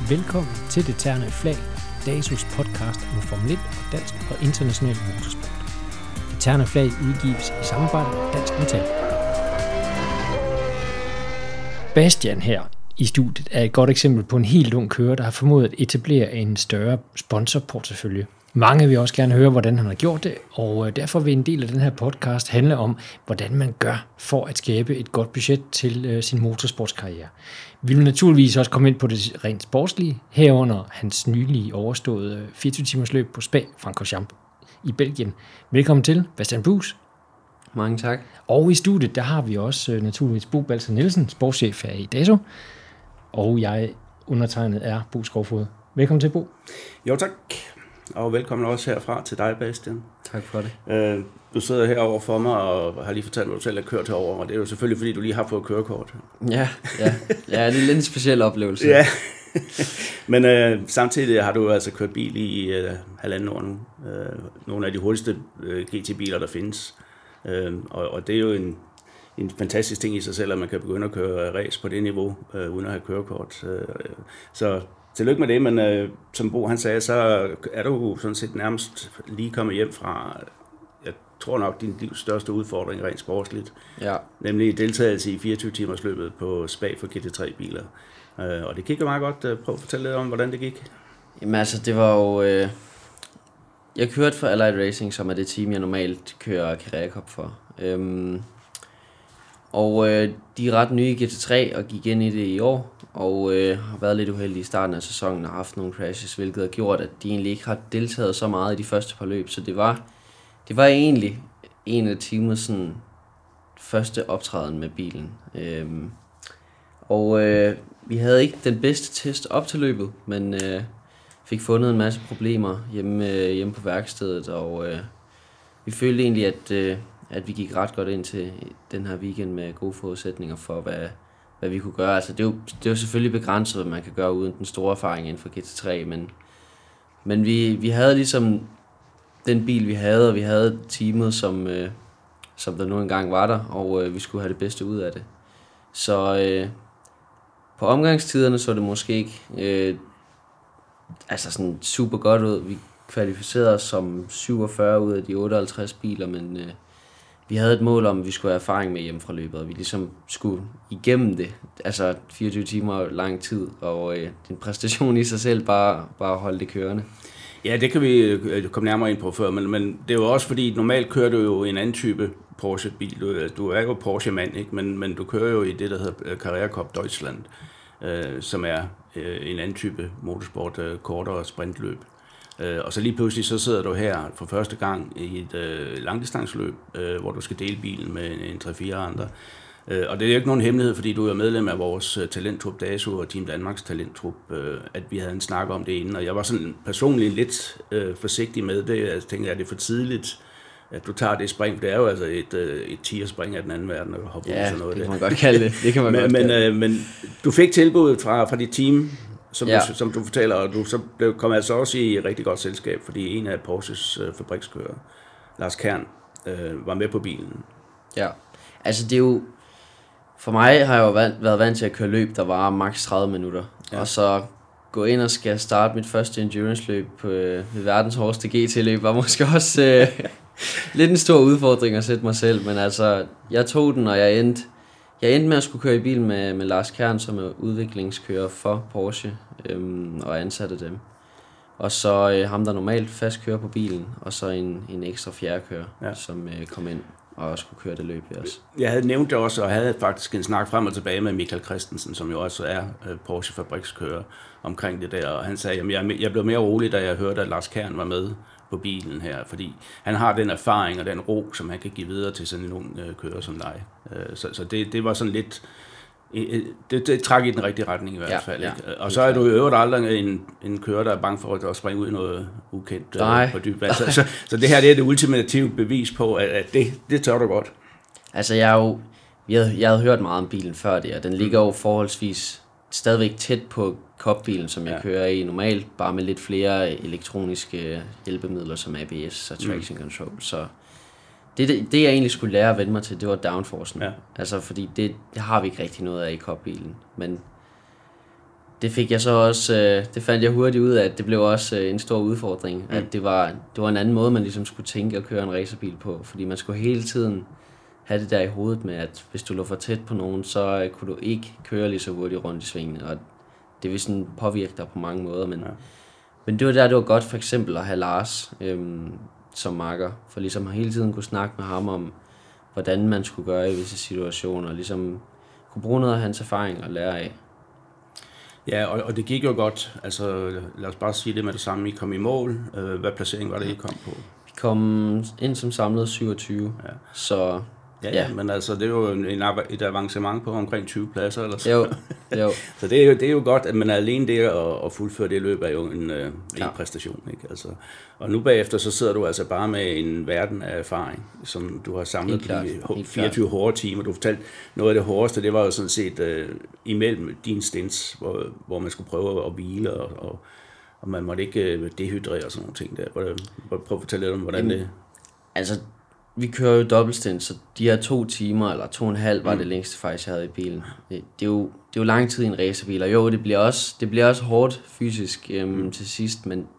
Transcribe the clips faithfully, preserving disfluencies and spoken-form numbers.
Velkommen til Det Ternede Flag, DAZUs podcast om Formel et og dansk og international motorsport. Det Ternede Flag udgives i samarbejde med Dansk Metal. Bastian her i studiet er et godt eksempel på en helt ung kører, der har formået at etablere en større sponsorportefølje. Mange vil også gerne høre, hvordan han har gjort det, og derfor vil en del af den her podcast handle om, hvordan man gør for at skabe et godt budget til sin motorsportskarriere. Vi vil naturligvis også komme ind på det rent sportslige, herunder hans nylige overståede fireogtyve timers løb på Spa Francorchamps i Belgien. Velkommen til, Bastian Buus. Mange tak. Og i studiet, der har vi også naturligvis Bo Balser Nielsen, sportschef her i DAZU, og jeg undertegnet er Bo Skovfod. Velkommen til, Bo. Jo, tak. Og velkommen også herfra til dig, Bastian. Tak for det. Øh, du sidder herovre for mig og har lige fortalt, hvad du selv har kørt herover, og det er jo selvfølgelig, fordi du lige har fået kørekort. Ja, ja. ja det er lidt en speciel oplevelse. Ja, men øh, samtidig har du altså kørt bil i øh, halvanden år nu. Øh, nogle af de hurtigste øh, G T-biler, der findes. Øh, og, og det er jo en, en fantastisk ting i sig selv, at man kan begynde at køre race på det niveau, øh, uden at have kørekort. Øh, så tillykke med det, men øh, som Bo han sagde, så er du sådan set nærmest lige kommet hjem fra, jeg tror nok, din livs største udfordring rent sportsligt. Ja. Nemlig deltagelse i fireogtyve timers løbet på Spa for G T tre biler. Øh, og det gik jo meget godt. Prøv at fortælle lidt om, hvordan det gik. Jamen altså, det var jo... Øh... Jeg kørte for Allied Racing, som er det team, jeg normalt kører Carrera Cup for. Øhm... Og øh, de er ret nye i G T tre og gik ind i det i år, og øh, har været lidt uheldige i starten af sæsonen og haft nogle crashes, hvilket har gjort, at de egentlig ikke har deltaget så meget i de første par løb. Så det var, det var egentlig en af teamets sådan, første optræden med bilen. Øhm, og øh, vi havde ikke den bedste test op til løbet, men øh, fik fundet en masse problemer hjemme, øh, hjemme på værkstedet, og øh, vi følte egentlig, at... Øh, at vi gik ret godt ind til den her weekend med gode forudsætninger for, hvad, hvad vi kunne gøre. Altså, det er jo, det er jo selvfølgelig begrænset, hvad man kan gøre uden den store erfaring inden for G T tre, men, men vi, vi havde ligesom den bil, vi havde, og vi havde teamet, som, øh, som der nu engang var der, og øh, vi skulle have det bedste ud af det. Så øh, på omgangstiderne så det måske ikke øh, altså sådan super godt ud. Vi kvalificerede os som syvogfyrre ud af de otteoghalvtreds biler, men... Øh, Vi havde et mål om, at vi skulle have erfaring med hjemme fra løbet, og vi ligesom skulle igennem det. Altså fireogtyve timer lang tid, og øh, din præstation i sig selv bare, bare holde det kørende. Ja, det kan vi komme nærmere ind på før, men, men det er jo også fordi, normalt kører du jo en anden type Porsche-bil. Du, du er jo Porsche-mand, ikke? Men, men du kører jo i det, der hedder Carrera Cup Deutschland, øh, som er øh, en anden type motorsport, øh, kortere sprintløb. Uh, og så lige pludselig så sidder du her for første gang i et uh, langdistanceløb, uh, hvor du skal dele bilen med en, en tre fire andre. Uh, og det er jo ikke nogen hemmelighed, fordi du er medlem af vores uh, talenttrup DAZU og Team Danmarks talenttrup, uh, at vi havde en snak om det inden. Og jeg var sådan personligt lidt uh, forsigtig med det. Jeg tænkte, at det er for tidligt, at du tager det spring. Det er jo altså et, uh, et tier-spring af den anden verden, at hoppe ja, ud sådan noget. det kan man godt kalde det. Det kan man men, godt men, kalde. Uh, men du fik tilbuddet fra, fra dit team, Som, ja. du, som du fortæller, og du så blev, kom altså også i et rigtig godt selskab, fordi en af Porsches øh, fabrikskører, Lars Kern, øh, var med på bilen. Ja, altså det er jo, for mig har jeg jo været vant til at køre løb, der var maks tredive minutter, ja. Og så gå ind og skal starte mit første endurance-løb på øh, verdens hårdeste G T-løb, var måske også øh, lidt en stor udfordring at sætte mig selv, men altså, jeg tog den, og jeg endte, Jeg endte med at skulle køre i bil med, med Lars Kern, som er udviklingskører for Porsche, øhm, og ansatte dem. Og så øh, ham, der normalt fast kører på bilen, og så en, en ekstra fjerdekører, ja. som øh, kom ind og skulle køre det løb i os. Jeg havde nævnt det også, og havde faktisk en snak frem og tilbage med Michael Christensen, som jo også er øh, Porsche-fabrikskører, omkring det der. Og han sagde, at jeg, jeg blev mere rolig, da jeg hørte, at Lars Kern var med på bilen her, fordi han har den erfaring og den ro, som han kan give videre til sådan en ung øh, kører som dig. Øh, så så det, det var sådan lidt... Det, det trak i den rigtige retning i hvert ja, fald. Ikke? Ja, og så er du i øvrigt aldrig en, en kører, der er bange for at springe ud i noget ukendt øh, på dyb vand. Så, så, så det her det er det ultimative bevis på, at, at det, det tør du godt. Altså jeg har jo... Jeg havde, jeg havde hørt meget om bilen før det, og den ligger jo forholdsvis stadigvæk tæt på Cup-bilen, som jeg ja. kører i normalt, bare med lidt flere elektroniske hjælpemidler som A B S og traction mm. control. Så det, det, det jeg egentlig skulle lære at vende mig til, det var downforcen. Ja. Altså fordi det, det har vi ikke rigtig noget af i Cup-bilen. Men det fik jeg så også, øh, det fandt jeg hurtigt ud af, at det blev også øh, en stor udfordring. Mm. At det var, det var en anden måde, man ligesom skulle tænke at køre en racerbil på. Fordi man skulle hele tiden have det der i hovedet med, at hvis du lå for tæt på nogen, så øh, kunne du ikke køre lige så hurtigt rundt i svingene. Og det vil sådan påvirke dig på mange måder. Men, ja. men det var der, det var godt for eksempel at have Lars øhm, som makker. For ligesom at hele tiden kunne snakke med ham om, hvordan man skulle gøre i visse situationer. Og ligesom kunne bruge noget af hans erfaring og lære af. Ja, og, og det gik jo godt. Altså, lad os bare sige det med det samme. I kom i mål. Øh, hvad placering var det, I kom på? Vi kom ind som samlet syvogtyve. Ja. Så ja, ja, men altså, det er jo en, et avancement på omkring tyve pladser. Eller så. Jo, jo. Så det er, jo, det er jo godt, at man alene det at, at fuldføre det løb er jo en, øh, en præstation. Ikke? Altså, og nu bagefter, så sidder du altså bare med en verden af erfaring, som du har samlet på de fireogtyve hårde timer. Du fortalte, noget af det hårdeste, det var jo sådan set øh, imellem dine stints, hvor, hvor man skulle prøve at hvile, og, og, og man måtte ikke øh, dehydrere og sådan nogle ting der. Prøv at fortælle lidt om, hvordan Jamen, det... Altså, vi kører jo dobbeltstint, så de her to timer, eller to og en halv, var mm. det længste faktisk, jeg havde i bilen. Det, det, er, jo, det er jo lang tid i en racerbil, og jo, det bliver også, det bliver også hårdt fysisk øhm, mm. til sidst, men,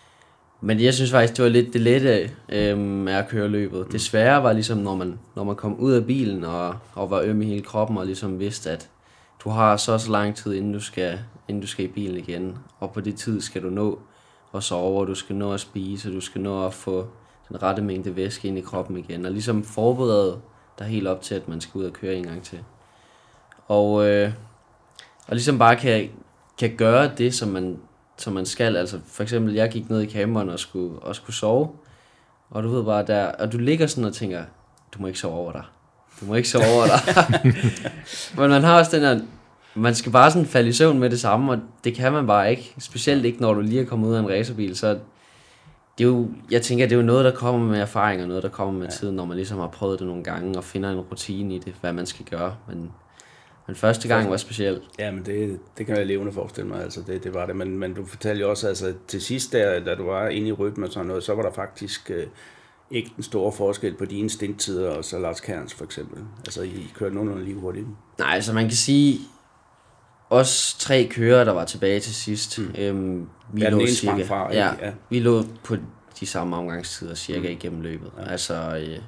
men jeg synes faktisk, det var lidt det lette øhm, af at køre løbet. Mm. Det svære var ligesom, når man, når man kom ud af bilen og, og var øm i hele kroppen, og ligesom vidste, at du har så så lang tid, inden du skal, inden du skal i bilen igen, og på det tid skal du nå at sove, og du skal nå at spise, og du skal nå at få den rette mængde væske ind i kroppen igen, og ligesom forberede dig helt op til, at man skal ud og køre en gang til. Og, øh, og ligesom bare kan, kan gøre det, som man, som man skal. Altså for eksempel, jeg gik ned i camperen og skulle, og skulle sove, og du ved bare der, og du ligger sådan og tænker, du må ikke sove over dig. Du må ikke sove over dig. Men man har også den her, man skal bare sådan falde i søvn med det samme, og det kan man bare ikke. Specielt ikke, når du lige er kommet ud af en racerbil, så det er jo, jeg tænker, det er jo noget, der kommer med erfaring, og noget, der kommer med ja. tiden, når man ligesom har prøvet det nogle gange, og finder en rutine i det, hvad man skal gøre. Men, men første gang var specielt. Ja, men det, det kan jeg levende forestille mig, altså det, det var det. Men, men du fortalte jo også, altså til sidst, der, da du var inde i rytmen og sådan noget, så var der faktisk øh, ikke den store forskel på dine stinttider og så Lars Kærns for eksempel. Altså I kørte nogenlunde lige hurtigt. Nej, altså man kan sige, os tre kører, der var tilbage til sidst. Mm. Øhm, vi ja, lå den cirka, fra, ja, ja, vi lå på de samme omgangstider cirka mm. igennem løbet. Ja. Altså, øh,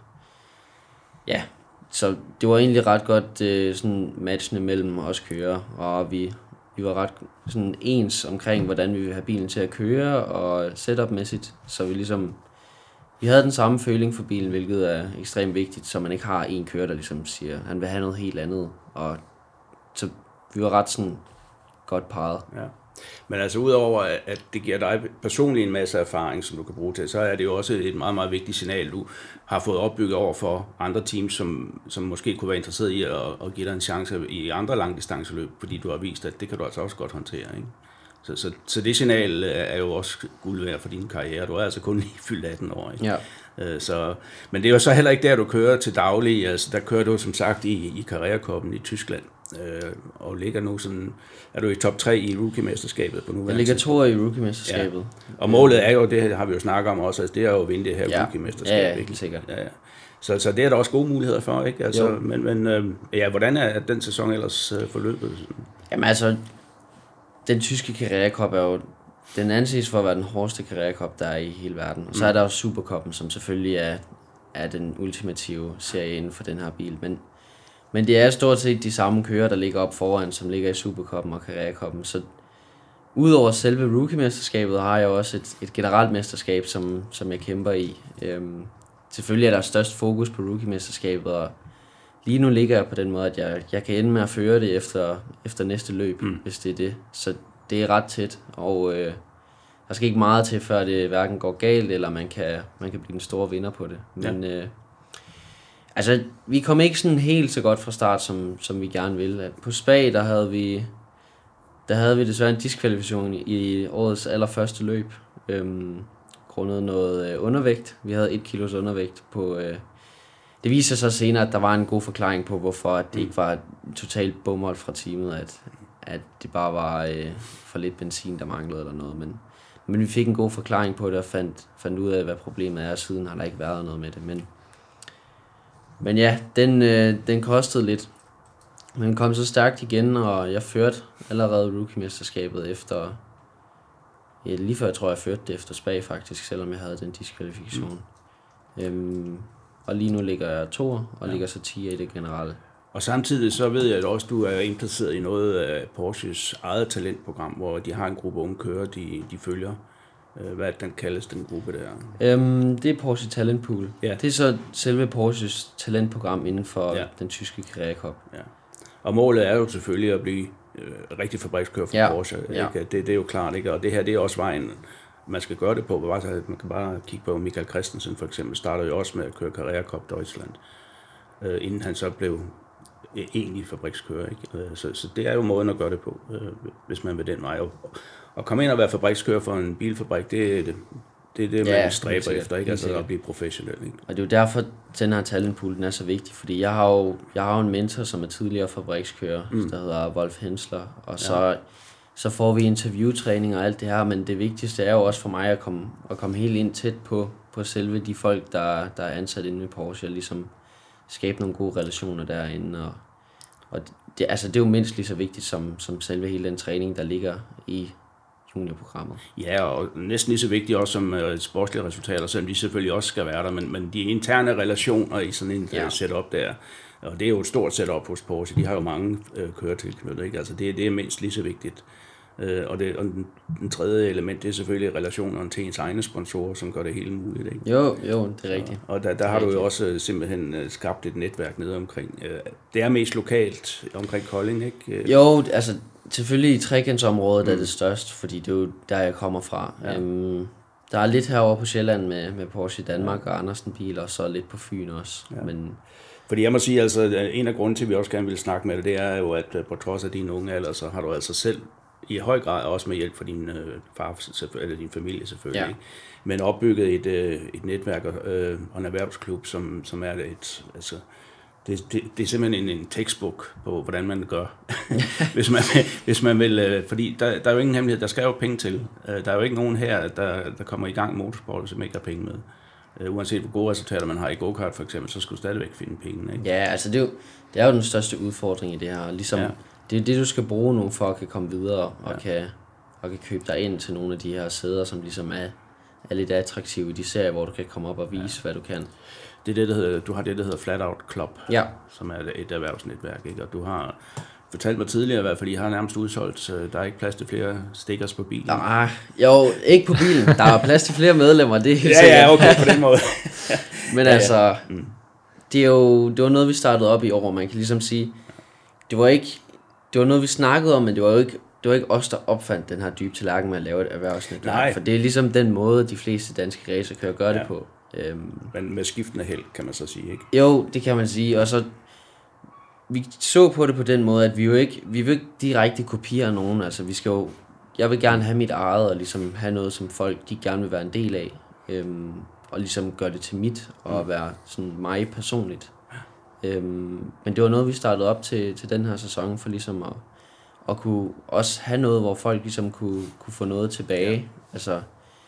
ja, så det var egentlig ret godt øh, sådan matchende mellem os kører, og vi, vi var ret sådan ens omkring, hvordan vi ville have bilen til at køre, og setupmæssigt, så vi ligesom, vi havde den samme føling for bilen, hvilket er ekstremt vigtigt, så man ikke har en kører, der ligesom siger, han vil have noget helt andet, og så vi var ret sådan godt parret. Ja. Men altså udover at det giver dig personligt en masse erfaring, som du kan bruge til, så er det jo også et meget, meget vigtigt signal, du har fået opbygget over for andre teams, som, som måske kunne være interesseret i at, at give dig en chance i andre langdistanceløb, fordi du har vist, at det kan du altså også godt håndtere, ikke? Så, så, så det signal er jo også guld værd for din karriere. Du er altså kun lige fyldt atten år, ikke? Ja. Så, men det er jo så heller ikke der, du kører til daglig. Altså, der kører du som sagt i, i Carrera-cupen i Tyskland. Øh, og ligger nu sådan, er du i top tre i rookie-mesterskabet på nuværende. Jeg ligger to i rookie-mesterskabet. Ja. Og målet er jo, det har vi jo snakket om også, altså det er jo at vinde det her ja. rookie-mesterskab. Ja, ja, helt sikkert. Ja, ja. Så, så det er der også gode muligheder for, ikke? Altså, men men øh, ja, hvordan er den sæson ellers øh, forløbet? Jamen altså, den tyske Carrera Cup er jo, den anses for at være den hårdeste Carrera Cup, der er i hele verden. Og så er der jo Supercuppen, som selvfølgelig er, er den ultimative serie inden for den her bil. Men, men det er stort set de samme kører, der ligger op foran, som ligger i Supercuppen og Carrera Cuppen. Så udover selve rookie-mesterskabet, har jeg også et, et generelt mesterskab, som, som jeg kæmper i. Øhm, selvfølgelig er der størst fokus på rookie-mesterskabet, og lige nu ligger jeg på den måde, at jeg, jeg kan ende med at føre det efter, efter næste løb, mm. hvis det er det. Så det er ret tæt, og øh, der skal ikke meget til, før det hverken går galt, eller man kan, man kan blive en stor vinder på det. Men ja. øh, altså, vi kom ikke sådan helt så godt fra start, som, som vi gerne ville. På Spa, der havde vi, der havde vi desværre en diskvalifikation i årets allerførste løb, øhm, grundet noget øh, undervægt. Vi havde et kilos undervægt på... Øh, det viser sig senere, at der var en god forklaring på, hvorfor at det ikke var totalt bumhold fra teamet, at, at det bare var øh, for lidt benzin, der manglede eller noget. Men, men vi fik en god forklaring på det, og fandt, fandt ud af, hvad problemet er, og siden har der ikke været noget med det. Men, men ja, den, øh, den kostede lidt. Men kom så stærkt igen, og jeg førte allerede rookie-mesterskabet efter, ja, lige før jeg tror, jeg førte det efter Spa faktisk, selvom jeg havde den diskvalifikation. Mm. Øhm, og lige nu ligger jeg toer, og ja. ligger så tier i det generelle. Og samtidig så ved jeg at også, du er indplaceret i noget af Porsches eget talentprogram, hvor de har en gruppe unge kører, de, de følger. Hvad den kaldes, den gruppe der? Øhm, det er Porsche Talent Pool. Ja. Det er så selve Porsches talentprogram inden for ja. den tyske Carrera Cup. Ja. Og målet er jo selvfølgelig at blive øh, rigtig fabrikskører for ja. Porsche. Ja. Ikke? Det, det er jo klart, ikke? Og det her det er også vejen, man skal gøre det på. Man kan bare kigge på Michael Christensen for eksempel, startede jo også med at køre Carrera Cup Deutschland, øh, inden han så blev egentlig fabrikskører. Ikke? Så, så det er jo måden at gøre det på, øh, hvis man vil den vej. Og, og komme ind og være fabrikskører for en bilfabrik, det er det, det, er det ja, man stræber sikkert, efter, ikke? Altså at blive professionel. Ikke? Og det er jo derfor, den her talentpool den er så vigtig, fordi jeg har jo, jeg har jo en mentor, som er tidligere fabrikskører, mm. der hedder Wolf Hensler, og så, ja. så får vi interviewtræning og alt det her, men det vigtigste er jo også for mig at komme, at komme helt ind tæt på, på selve de folk, der, der er ansat inde ved Porsche, og ligesom skabe nogle gode relationer derinde, og, og det, altså, det er jo mindst lige så vigtigt som, som selve hele den træning, der ligger i juniorprogrammet. Ja, og næsten lige så vigtigt også som uh, sportslige resultater, selvom de selvfølgelig også skal være der, men, men de interne relationer i sådan en ja. setup der, og det er jo et stort setup hos Porsche, de har jo mange uh, køretilknyttet, ikke? Altså det, det er mindst lige så vigtigt. Uh, og, det, og den, den tredje element, det er selvfølgelig relationerne til ens egne sponsorer, som gør det hele muligt, ikke? Jo, jo, det er rigtigt. Og, og der, der har du jo også uh, simpelthen uh, skabt et netværk nede omkring. Uh, det er mest lokalt omkring Kolding, ikke? Uh, jo, altså selvfølgelig i trekantsområdet mm. er det størst, fordi det er jo der, jeg kommer fra. Ja. Øhm, der er lidt herovre på Sjælland med, med Porsche i Danmark ja. og Andersen Biler, og så lidt på Fyn også. Ja. Men fordi jeg må sige, altså en af grunden til, at vi også gerne vil snakke med dig, det er jo, at på trods af din unge alder, så har du altså selv i høj grad også med hjælp fra din øh, far eller din familie selvfølgelig, ja. ikke? Men opbygget et, øh, et netværk øh, og en erhvervsklub, som, som er et, altså det, det, det er simpelthen en, en textbook på, hvordan man gør, hvis, man, hvis man vil, øh, fordi der, der er jo ingen hemmelighed, der skal jo penge til. Øh, der er jo ikke nogen her, der, der kommer i gang med motorsport, som ikke har penge med. Uh, uanset hvor gode resultater man har i go-kart for eksempel, så skulle du stadigvæk finde penge, ikke? Ja, altså det er jo, det er jo den største udfordring i det her. Ligesom, ja. Det er det, du skal bruge nu for at kan komme videre og, ja. kan, og kan købe dig ind til nogle af de her sæder, som ligesom er, er lidt attraktive i de serier, hvor du kan komme op og vise, ja. hvad du kan. Det er det, der hedder, du har det, der hedder Flat Out Club, ja. som er et erhvervsnetværk, ikke? Og du har fortalt mig tidligere i hvert fald, I har nærmest udsolgt, så der er ikke plads til flere stickers på bilen. Nej, jo, ikke på bilen. Der er plads til flere medlemmer, det er helt ja, sikkert. Ja, okay, på den måde. Men ja, altså, ja. Mm. det er jo det var noget, vi startede op i år, man kan ligesom sige, det var ikke, det var noget, vi snakkede om, men det var jo ikke, det var ikke os, der opfandt den her dybe tallerken med at lave et erhvervsnetværk. For det er ligesom den måde, de fleste danske racerkører gør ja. det på. Øhm, men med skiftende held, kan man så sige, ikke? Jo, det kan man sige, og så vi så på det på den måde, at vi jo ikke, vi vil ikke direkte kopiere nogen, altså vi skal jo, jeg vil gerne have mit eget, og ligesom have noget, som folk, de gerne vil være en del af, øhm, og ligesom gøre det til mit, og mm. være sådan mig personligt. Øhm, men det var noget, vi startede op til, til den her sæson, for ligesom at, at kunne også have noget, hvor folk ligesom kunne, kunne få noget tilbage. Ja. Altså,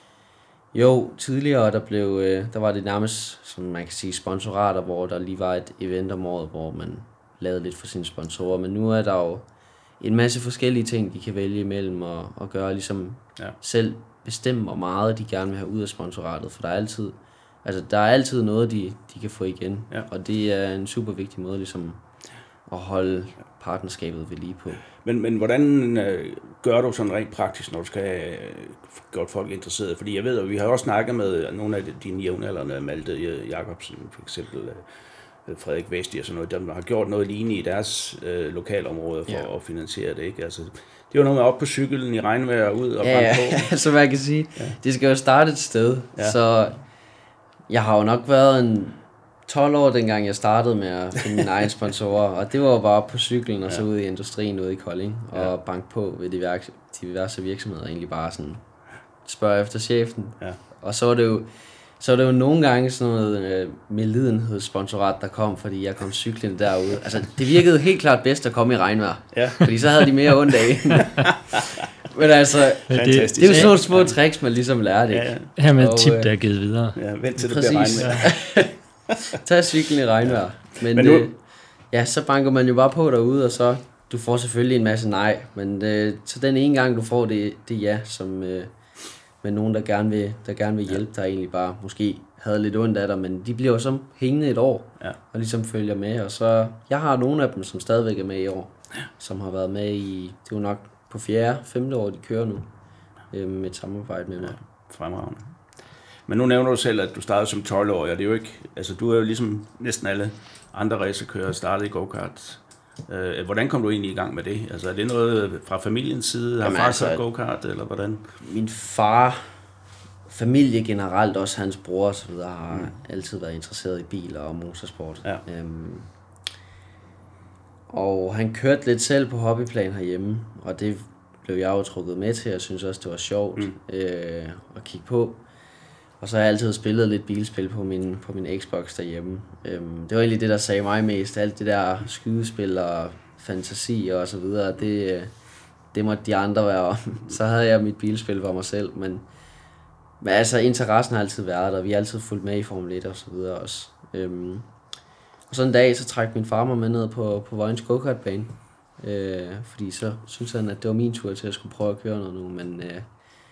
jo, tidligere der blev, øh, der var det nærmest, som man kan sige, sponsorater, hvor der lige var et event om året, hvor man lavede lidt for sine sponsorer, men nu er der jo en masse forskellige ting, de kan vælge imellem og, og gøre, ligesom ja. selv bestemme, hvor meget de gerne vil have ud af sponsoratet, for der er altid, altså der er altid noget, de, de kan få igen, ja. og det er en super vigtig måde ligesom at holde partnerskabet ved lige på. Men, men hvordan øh, gør du sådan rent praktisk, når du skal øh, gøre folk interesseret? Fordi jeg ved, at vi har også snakket med nogle af dine jævnaldrende, Malte Jacobsen for eksempel, øh, Frederik Vesti og sådan noget, der har gjort noget lignende i deres øh, lokalområde for ja. at finansiere det, ikke? Altså, det var noget med op på cyklen i regnvejr og ud og ja, brænde på. Ja, så man kan sige, ja. det skal jo starte et sted, ja. så jeg har jo nok været en tolv år, dengang jeg startede med at finde mine egne sponsorer, og det var jo bare op på cyklen og ja. så ud i industrien ude i Kolding, og ja. banke på ved diverse, diverse virksomheder, egentlig bare sådan spørge efter chefen, ja. og så var det jo Så var det jo nogle gange sådan noget øh, medlidenhedssponsorat, der kom, fordi jeg kom cyklende derude. Altså, det virkede helt klart bedst at komme i regnvejr. Ja. Fordi så havde de mere ondt af. Men altså, det, det er jo sådan nogle små tricks, man ligesom lærer det. Ja, ja. Her med et tip, der er givet videre. Ja, vent til det bliver regnvejr. Tag cyklen i regnvejr. Men, Men nu... øh, ja, så banker man jo bare på derude, og så du får selvfølgelig en masse nej, men øh, så den ene gang, du får det, det ja, som øh, med nogen, der gerne vil, der gerne vil hjælpe dig, egentlig bare måske havde lidt ondt af dig, men de bliver jo så hængende et år, ja. Og ligesom følger med, og så, jeg har nogle af dem, som stadigvæk er med i år, ja. Som har været med i, det er jo nok på fjerde, femte år, de kører nu, øh, med et samarbejde med mig. Ja, fremragende. Men nu nævner du selv, at du startede som tolv-årig, og det er jo ikke, altså du er jo ligesom næsten alle andre racerkører startet i go-kart. Øh, hvordan kom du egentlig i gang med det? Altså er det noget fra familiens side? Har far altså, kørt go-kart, eller hvordan? Min far, familie generelt, også hans bror og så videre, har mm. altid været interesseret i biler og motorsport. Ja. Øhm, og han kørte lidt selv på hobbyplan herhjemme, og det blev jeg jo trukket med til. Jeg synes også, det var sjovt mm. øh, at kigge på. Og så har jeg altid spillet lidt bilspil på min, på min Xbox derhjemme. Øhm, det var egentlig det, der sagde mig mest. Alt det der skydespil og fantasi og så videre, det, det måtte de andre være om. Så havde jeg mit bilspil for mig selv, men, men altså interessen har altid været der. Vi har altid fulgt med i Formel et og så videre også. Øhm, og så en dag, så trak min far mig med ned på, på Vojens go-kartbane. Øh, fordi så synes han, at det var min tur til at skulle prøve at køre noget nu, men... Øh,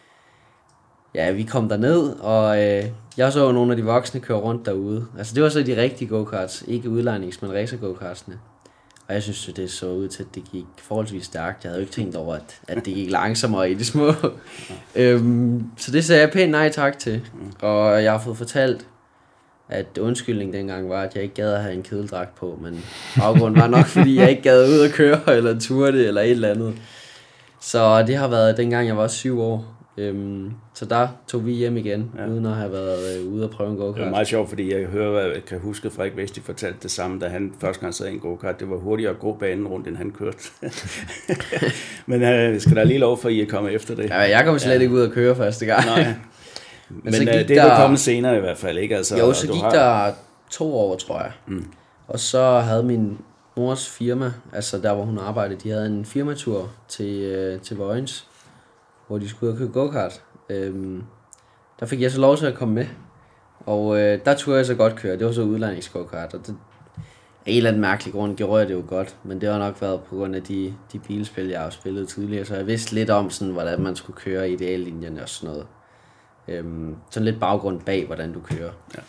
Ja, vi kom derned, og øh, jeg så nogle af de voksne køre rundt derude. Altså det var så de rigtige go-karts, ikke udlejnings, men racer-go-kartsene. Og jeg synes, det så ud til, at det gik forholdsvis stærkt. Jeg havde jo ikke tænkt over, at, at det gik langsommere i de små. øhm, så det sagde jeg pænt nej tak til. Og jeg har fået fortalt, at undskyldningen dengang var, at jeg ikke gad at have en kedeldragt på. Men baggrunden var nok, fordi jeg ikke gad ud at køre, eller turde, eller et eller andet. Så det har været dengang, jeg var syv år. Øhm, så der tog vi hjem igen, ja. Uden at have været øh, ude og prøve en go-kart. Det var meget sjovt, fordi jeg hører, jeg kan huske, at Frederik Vesti fortalte det samme, da han første gang sad i en go-kart. Det var hurtigere at gå banen rundt, end han kørte. Men øh, skal der lige lov for, at I er kommet efter det? Ja, jeg kom slet ja. ikke ud at køre første gang. Nej. Men, Men så gik det er der... kommet senere i hvert fald, ikke? Altså, jo, så gik har... der to år, tror jeg. Mm. Og så havde min mors firma, altså der hvor hun arbejdede, de havde en firmatur til, øh, til Vojens, hvor de skulle ud og køre go-kart. Øhm, der fik jeg så lov til at komme med, og øh, der turde jeg så godt køre. Det var så udlejnings-go-kart, og det, af en eller anden mærkelig grund gjorde jeg det jo godt, men det har nok været på grund af de, de bilspil, jeg har spillet tidligere, så jeg vidste lidt om, sådan, hvordan man skulle køre ideallinjerne og sådan noget. Øhm, sådan lidt baggrund bag, hvordan du kører. Ja.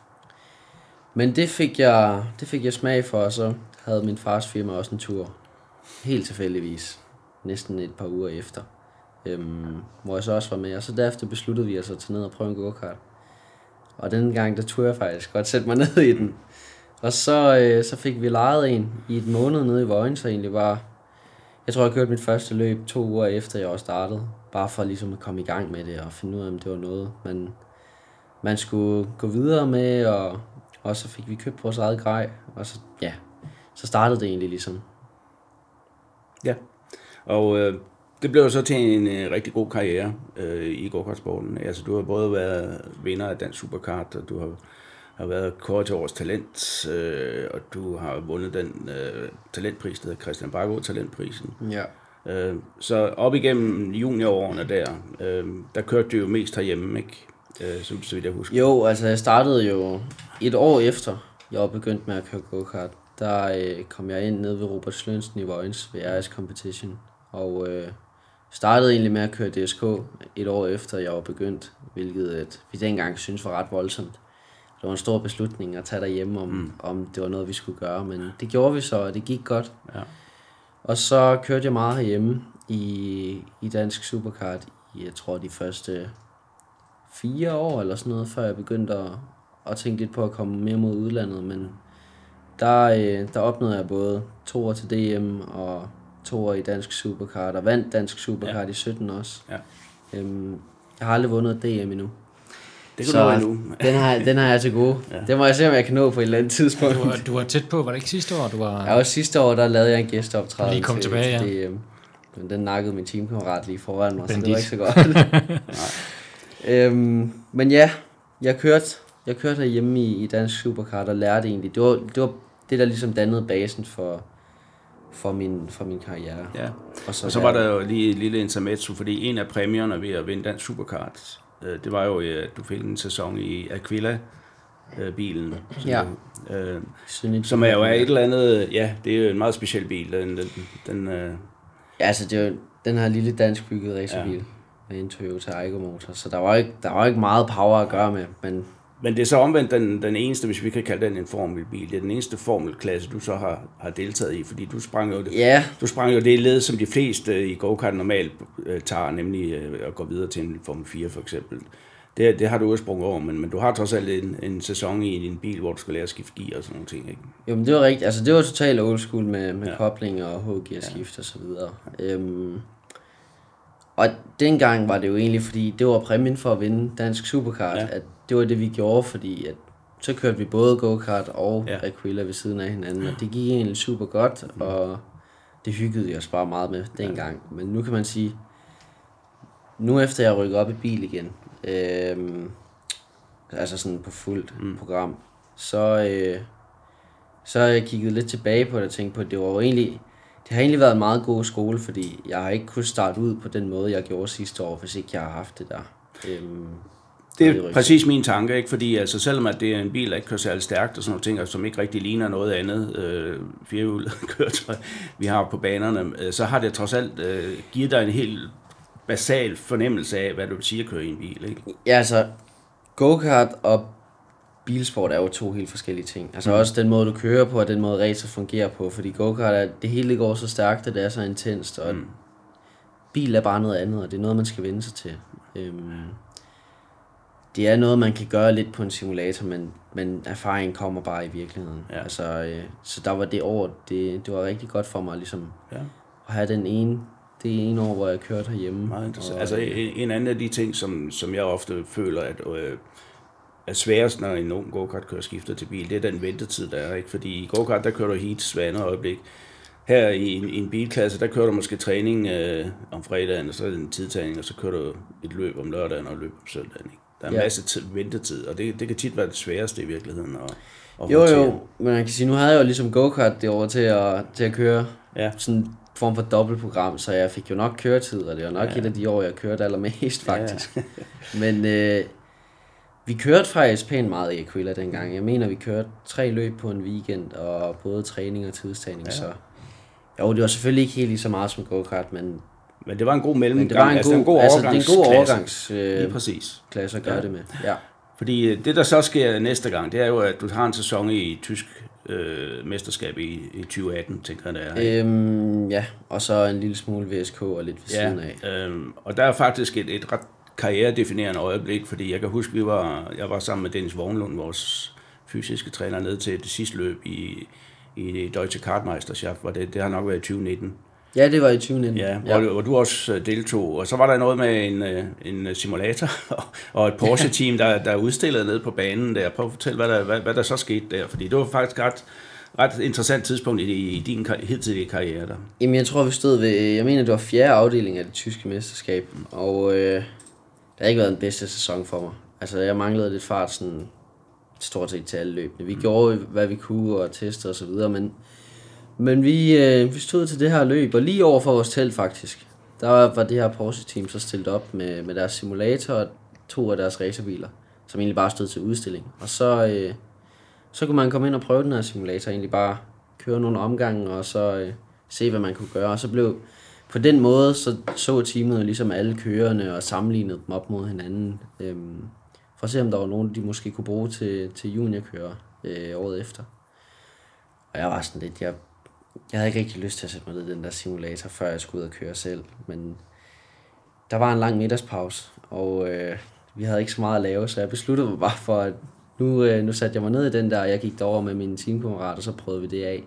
Men det fik, jeg, det fik jeg smag for, og så havde min fars firma også en tur, helt tilfældigvis, næsten et par uger efter. Øhm, hvor jeg så også var med, og så derefter besluttede vi os at tage ned og prøve en go-kart. Og den gang, der turde jeg faktisk godt sætte mig ned i den. Og så, øh, så fik vi lejet en i et måned nede i Vojens, så egentlig var, jeg tror jeg kørte mit første løb to uger efter jeg var startet, bare for ligesom at komme i gang med det og finde ud af, om det var noget, man, man skulle gå videre med, og, og så fik vi købt vores eget grej, og så, ja, så startede det egentlig ligesom. Ja, og øh det blev så til en øh, rigtig god karriere øh, i go-kartsporten. Altså, du har både været vinder af Dansk Superkart, og du har, har været kåret til årets talent, øh, og du har vundet den øh, talentpris, der hedder Christian Baggård Talentprisen. Ja. Øh, så op igennem juniorårene der, øh, der kørte du jo mest herhjemme, ikke? Øh, så, så vidt jeg husker. Jo, altså jeg startede jo et år efter, jeg var begyndt med at køre go-kart. Der øh, kom jeg ind nede ved Robert Slønsen i Vojens ved R S Competition, og øh, startede egentlig med at køre D S K et år efter jeg var begyndt, hvilket et, vi dengang synes var ret voldsomt. Det var en stor beslutning at tage derhjemme, om, mm. om det var noget, vi skulle gøre, men det gjorde vi så, og det gik godt. Ja. Og så kørte jeg meget herhjemme i, i Dansk Superkart i, jeg tror, de første fire år eller sådan noget, før jeg begyndte at, at tænke lidt på at komme mere mod udlandet, men der, der opnåede jeg både to år til D M og to år i Dansk Superkart, og vandt Dansk Superkart ja. i sytten også. Ja. Øhm, jeg har aldrig vundet D M endnu. Det kan du nå endnu. den, har, den har jeg til gode. Ja. Det må jeg se, om jeg kan nå på et eller andet tidspunkt. Du var, du var tæt på, var det ikke sidste år? Du var... Ja, sidste år, der lavede jeg en gæsteoptræden lige kom til, tilbage, til ja. D M. Men den nakkede min teamkammerat lige foran mig, Bandit. Så det var ikke så godt. øhm, men ja, jeg kørte, jeg kørte herhjemme i, i Dansk Superkart og lærte egentlig. Det var, det var det, der ligesom dannede basen for... For min, for min karriere. Ja. Og så, og så var der jo lige et lille intermezzo, fordi en af præmierne ved at vinde Dansk Superkart, øh, det var jo, at du fik en sæson i Aquila øh, bilen. Ja. Øh, Synes, som er jo er et eller andet, ja, det er jo en meget speciel bil. Den, den, den, øh... Ja, altså det er jo den her lille dansk bygget racerbil ja. Med en Toyota Aygo motor, så der var ikke, der var ikke meget power at gøre med, men... Men det er så omvendt den, den eneste, hvis vi kan kalde den en formelbil, det er den eneste formelklasse, du så har, har deltaget i, fordi du sprang jo det, ja. du sprang jo det led, som de fleste i go-kart normalt øh, tager, nemlig øh, at gå videre til en Formel fire for eksempel. Det, det har du udsprunget over, men, men du har trods alt en, en sæson i din bil, hvor du skal lære at skifte gear og sådan nogle ting, ikke? Jo, men det var rigtigt. Altså, det var totalt old school med, med ja. Kobling og H-gear-skift ja. Og så videre. Øhm, og dengang var det jo egentlig, fordi det var præmien for at vinde Dansk Superkart, ja. At det var det, vi gjorde, fordi at så kørte vi både go-kart og ja. Aquila ved siden af hinanden, og det gik egentlig super godt, mm. og det hyggede vi os bare meget med dengang. Ja. Men nu kan man sige, nu efter jeg rykker op i bil igen, Øhm, altså sådan på fuldt mm. program, så, øh, så har jeg kigget lidt tilbage på det og tænkt på, at det var jo egentlig, det har egentlig været en meget god skole, fordi jeg har ikke kunnet starte ud på den måde, jeg gjorde sidste år, hvis ikke jeg har haft det der. Øhm, det er det præcis min tanke, ikke? Fordi altså, selvom at det er en bil, der ikke kører særlig stærkt og sådan nogle ting, som ikke rigtig ligner noget andet øh, firehjulet køretøj, vi har på banerne, øh, så har det trods alt øh, givet dig en helt basal fornemmelse af, hvad du vil sige at køre i en bil, ikke? Ja, altså, go-kart og bilsport er jo to helt forskellige ting. Altså mm. også den måde, du kører på, og den måde, racer fungerer på, fordi go-kart er, det hele går så stærkt, og det er så intenst, og mm. bil er bare noget andet, og det er noget, man skal vende sig til. Øhm, det er noget, man kan gøre lidt på en simulator, men, men erfaringen kommer bare i virkeligheden. Ja. Altså, øh, så der var det år, det, det var rigtig godt for mig, ligesom, ja. At have den ene det ene år, hvor jeg kørte herhjemme. Meget interessant. Altså en, en anden af de ting, som, som jeg ofte føler, at øh, er sværest, når en ung go-kart kører skifter til bil, det er den ventetid, der er, ikke? Fordi i go-kart, der kører du heats hver andet øjeblik. Her i en, i en bilklasse, der kører du måske træning øh, om fredagen, og så er det en tidtagning, og så kører du et løb om lørdagen og et løb om søndagen, ikke? Der er en ja. masse tid, ventetid, og det, det kan tit være det sværeste i virkeligheden at, at Jo håndtere. Jo, men man kan sige, nu havde jeg jo ligesom go-kart det over til at, til at køre ja. Sådan form for dobbeltprogram, så jeg fik jo nok køretid, og det var nok ja. Et af de år, jeg kørte allermest faktisk. Ja. Men øh, vi kørte faktisk pænt meget i Aquila dengang. Jeg mener, vi kørte tre løb på en weekend, og både træning og tidstagning, ja. Så jo, det var selvfølgelig ikke helt lige så meget som go-kart, men men det var en god mellemgang. Det var en altså, god, en god altså, det er en god overgangs øh, præcis. klasse at gøre ja. Det med. Ja. Fordi det, der så sker næste gang, det er jo, at du har en sæson i tysk øh, mesterskab i, i tyve atten, tænker jeg, det er. Øhm, ja, og så en lille smule V S K og lidt ved ja, siden af. Øhm, og der er faktisk et, et ret karrieredefinerende øjeblik, fordi jeg kan huske, vi var, jeg var sammen med Dennis Vognlund, vores fysiske træner, ned til det sidste løb i, i Deutsche Kartmeisterschaft, hvor det, det har nok været i tyve nitten. Ja, det var i tyve nitten. Ja, hvor, ja. hvor du også deltog. Og så var der noget med en, en simulator og et Porsche-team, der, der udstillede ned på banen der. Prøv at fortælle, hvad der, hvad, hvad der så skete der, fordi det var faktisk ret, ret interessant tidspunkt i, i din hidtidige karriere der. Jamen, jeg tror, vi stod ved, jeg mener, det var fjerde afdeling af det tyske mesterskab, og øh, det har ikke været den bedste sæson for mig. Altså, jeg manglede lidt fart sådan stort set til alle løbene. Vi mm. gjorde, hvad vi kunne, og testede og så videre, men Men vi, øh, vi stod til det her løb, og lige over for vores telt faktisk, der var, var det her Porsche-team så stillet op med, med deres simulator og to af deres racerbiler, som egentlig bare stod til udstilling. Og så, øh, så kunne man komme ind og prøve den her simulator, egentlig bare køre nogle omgange, og så øh, se, hvad man kunne gøre. Og så blev på den måde, så så teamet ligesom alle kørerne og sammenlignede dem op mod hinanden, øh, for at se, om der var nogen, de måske kunne bruge til, til juniorkører øh, året efter. Og jeg var sådan lidt, jeg Jeg havde ikke rigtig lyst til at sætte mig ned i den der simulator, før jeg skulle ud og køre selv, men der var en lang middagspause, og øh, vi havde ikke så meget at lave, så jeg besluttede mig bare for, at nu, øh, nu satte jeg mig ned i den der, og jeg gik derover med mine teamkammerater, og så prøvede vi det af.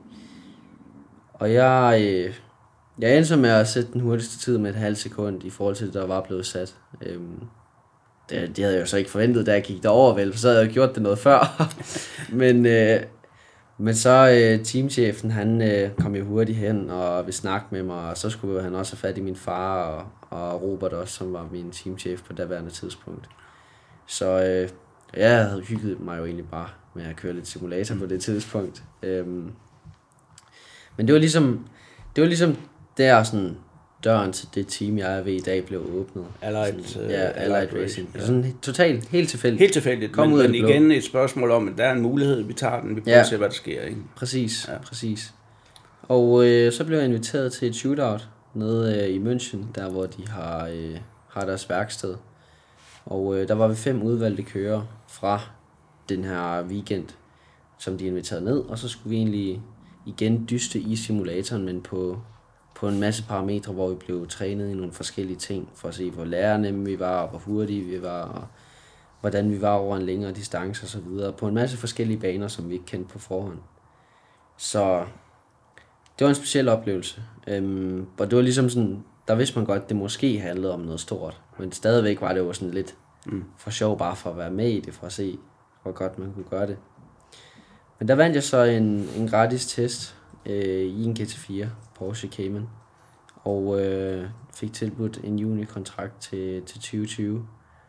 Og jeg, øh, jeg endte så med at sætte den hurtigste tid med et halvt sekund i forhold til det, der var blevet sat. Øhm, det, det havde jeg jo så ikke forventet, da jeg gik derover, vel, for så havde jeg gjort det noget før. men... Øh, Men så øh, teamchefen, han øh, kom jo hurtigt hen og ville snakke med mig, og så skulle han også have fat i min far og, og Robert også, som var min teamchef på daværende tidspunkt. Så øh, jeg havde hygget mig jo egentlig bare med at køre lidt simulator på det tidspunkt. Øhm, men det var ligesom, det var ligesom der sådan, døren til det team, jeg er ved i dag, blev åbnet. Allied, sådan, ja, Allied, Allied Racing. Ja. Sådan totalt, helt tilfældigt. Helt tilfældigt, Kom men, ud men igen et spørgsmål om, at der er en mulighed, vi tager den, vi prøver ja. at se, hvad der sker. Ikke? Præcis, ja. præcis. Og øh, så blev jeg inviteret til et shootout nede øh, i München, der hvor de har, øh, har deres værksted. Og øh, der var vi fem udvalgte kører fra den her weekend, som de inviterede ned, og så skulle vi egentlig igen dyste i simulatoren, men på, på en masse parametre, hvor vi blev trænet i nogle forskellige ting, for at se, hvor lærernemme vi var, og hvor hurtige vi var, og hvordan vi var over en længere distance og så videre, på en masse forskellige baner, som vi ikke kendte på forhånd. Så det var en speciel oplevelse, øhm, og det var ligesom sådan, der vidste man godt, at det måske handlede om noget stort, men stadigvæk var det jo sådan lidt mm. for sjov, bare for at være med i det, for at se, hvor godt man kunne gøre det. Men der vandt jeg så en, en gratis test øh, i en G T fire Porsche Cayman, og øh, fik tilbudt en junikontrakt til, til tyve tyve.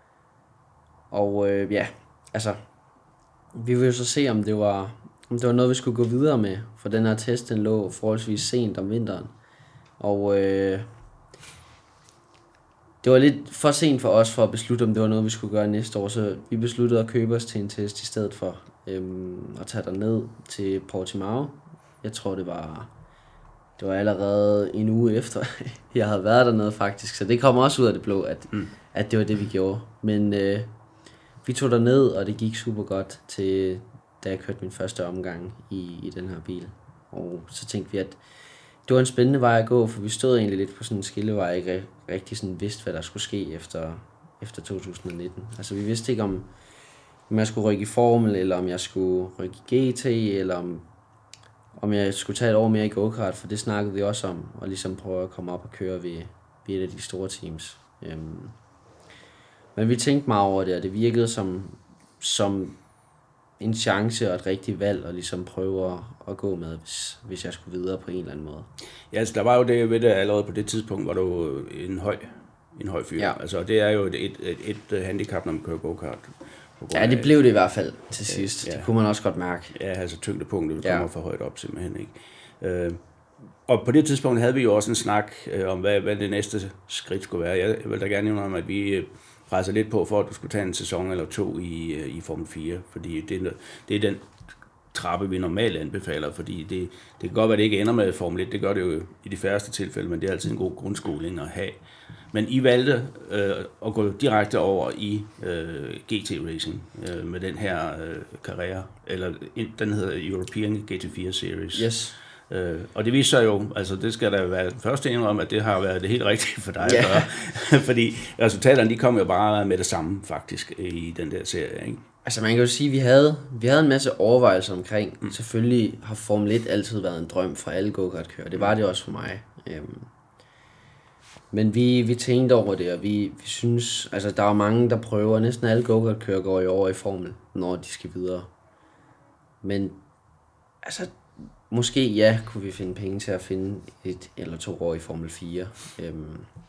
Og øh, ja, altså, vi vil jo så se, om det var, om det var noget, vi skulle gå videre med, for den her test, den lå forholdsvis sent om vinteren. Og øh, det var lidt for sent for os for at beslutte, om det var noget, vi skulle gøre næste år, så vi besluttede at købe os til en test i stedet for øhm, at tage der ned til Portimao. Jeg tror, det var, det var allerede en uge efter, jeg havde været dernede faktisk, så det kom også ud af det blå, at, mm. at det var det, vi gjorde. Men øh, vi tog der ned, og det gik super godt, til da jeg kørte min første omgang i, i den her bil. Og så tænkte vi, at det var en spændende vej at gå, for vi stod egentlig lidt på sådan en skillevej, ikke rigtig sådan vidste, hvad der skulle ske efter, efter to tusind nitten. Altså vi vidste ikke, om, om jeg skulle rykke i Formel, eller om jeg skulle rykke i G T, eller om, om jeg skulle tage et år mere i go-kart, for det snakkede vi også om, og ligesom prøve at komme op og køre ved, ved et af de store teams. Øhm. Men vi tænkte meget over det, og det virkede som, som en chance og et rigtigt valg at ligesom prøve at, at gå med, hvis, hvis jeg skulle videre på en eller anden måde. Ja, altså der var jo det ved det allerede på det tidspunkt, var du en høj, en høj fyr. Ja. Altså det er jo et, et, et, et handicap, når man kører go-kart. Ja, det blev det i hvert fald til sidst. Ja. Det kunne man også godt mærke. Ja, altså tyngdepunktet kommer ja. for højt op simpelthen, ikke? Øh, og på det tidspunkt havde vi jo også en snak øh, om, hvad, hvad det næste skridt skulle være. Jeg vil da gerne nævne om, at vi presser lidt på for, at du skulle tage en sæson eller to i, i Formel fire, fordi det, det er den trappe, vi normalt anbefaler, fordi det, det kan godt være, at det ikke ender med Formel et, det gør det jo i de færreste tilfælde, men det er altid en god grundskoling at have. Men I valgte øh, at gå direkte over i øh, G T Racing øh, med den her øh, Carrera, eller den hedder European G T fire Series. Yes. Øh, og det viser sig jo, altså det skal der være først enig om, at det har været det helt rigtige for dig at gøre, yeah. fordi resultaterne de kom jo bare med det samme faktisk i den der serie, ikke? Altså man kan jo sige, at vi havde, vi havde en masse overvejelser omkring, mm. selvfølgelig har Formel et altid været en drøm for alle go-kart-kører, det var det også for mig. Øhm, men vi, vi tænkte over det, og vi, vi synes, altså der er mange, der prøver, næsten alle go-kart-kører går jo over i Formel, når de skal videre. Men altså måske ja, kunne vi finde penge til at finde et eller to år i Formel fire. Øhm.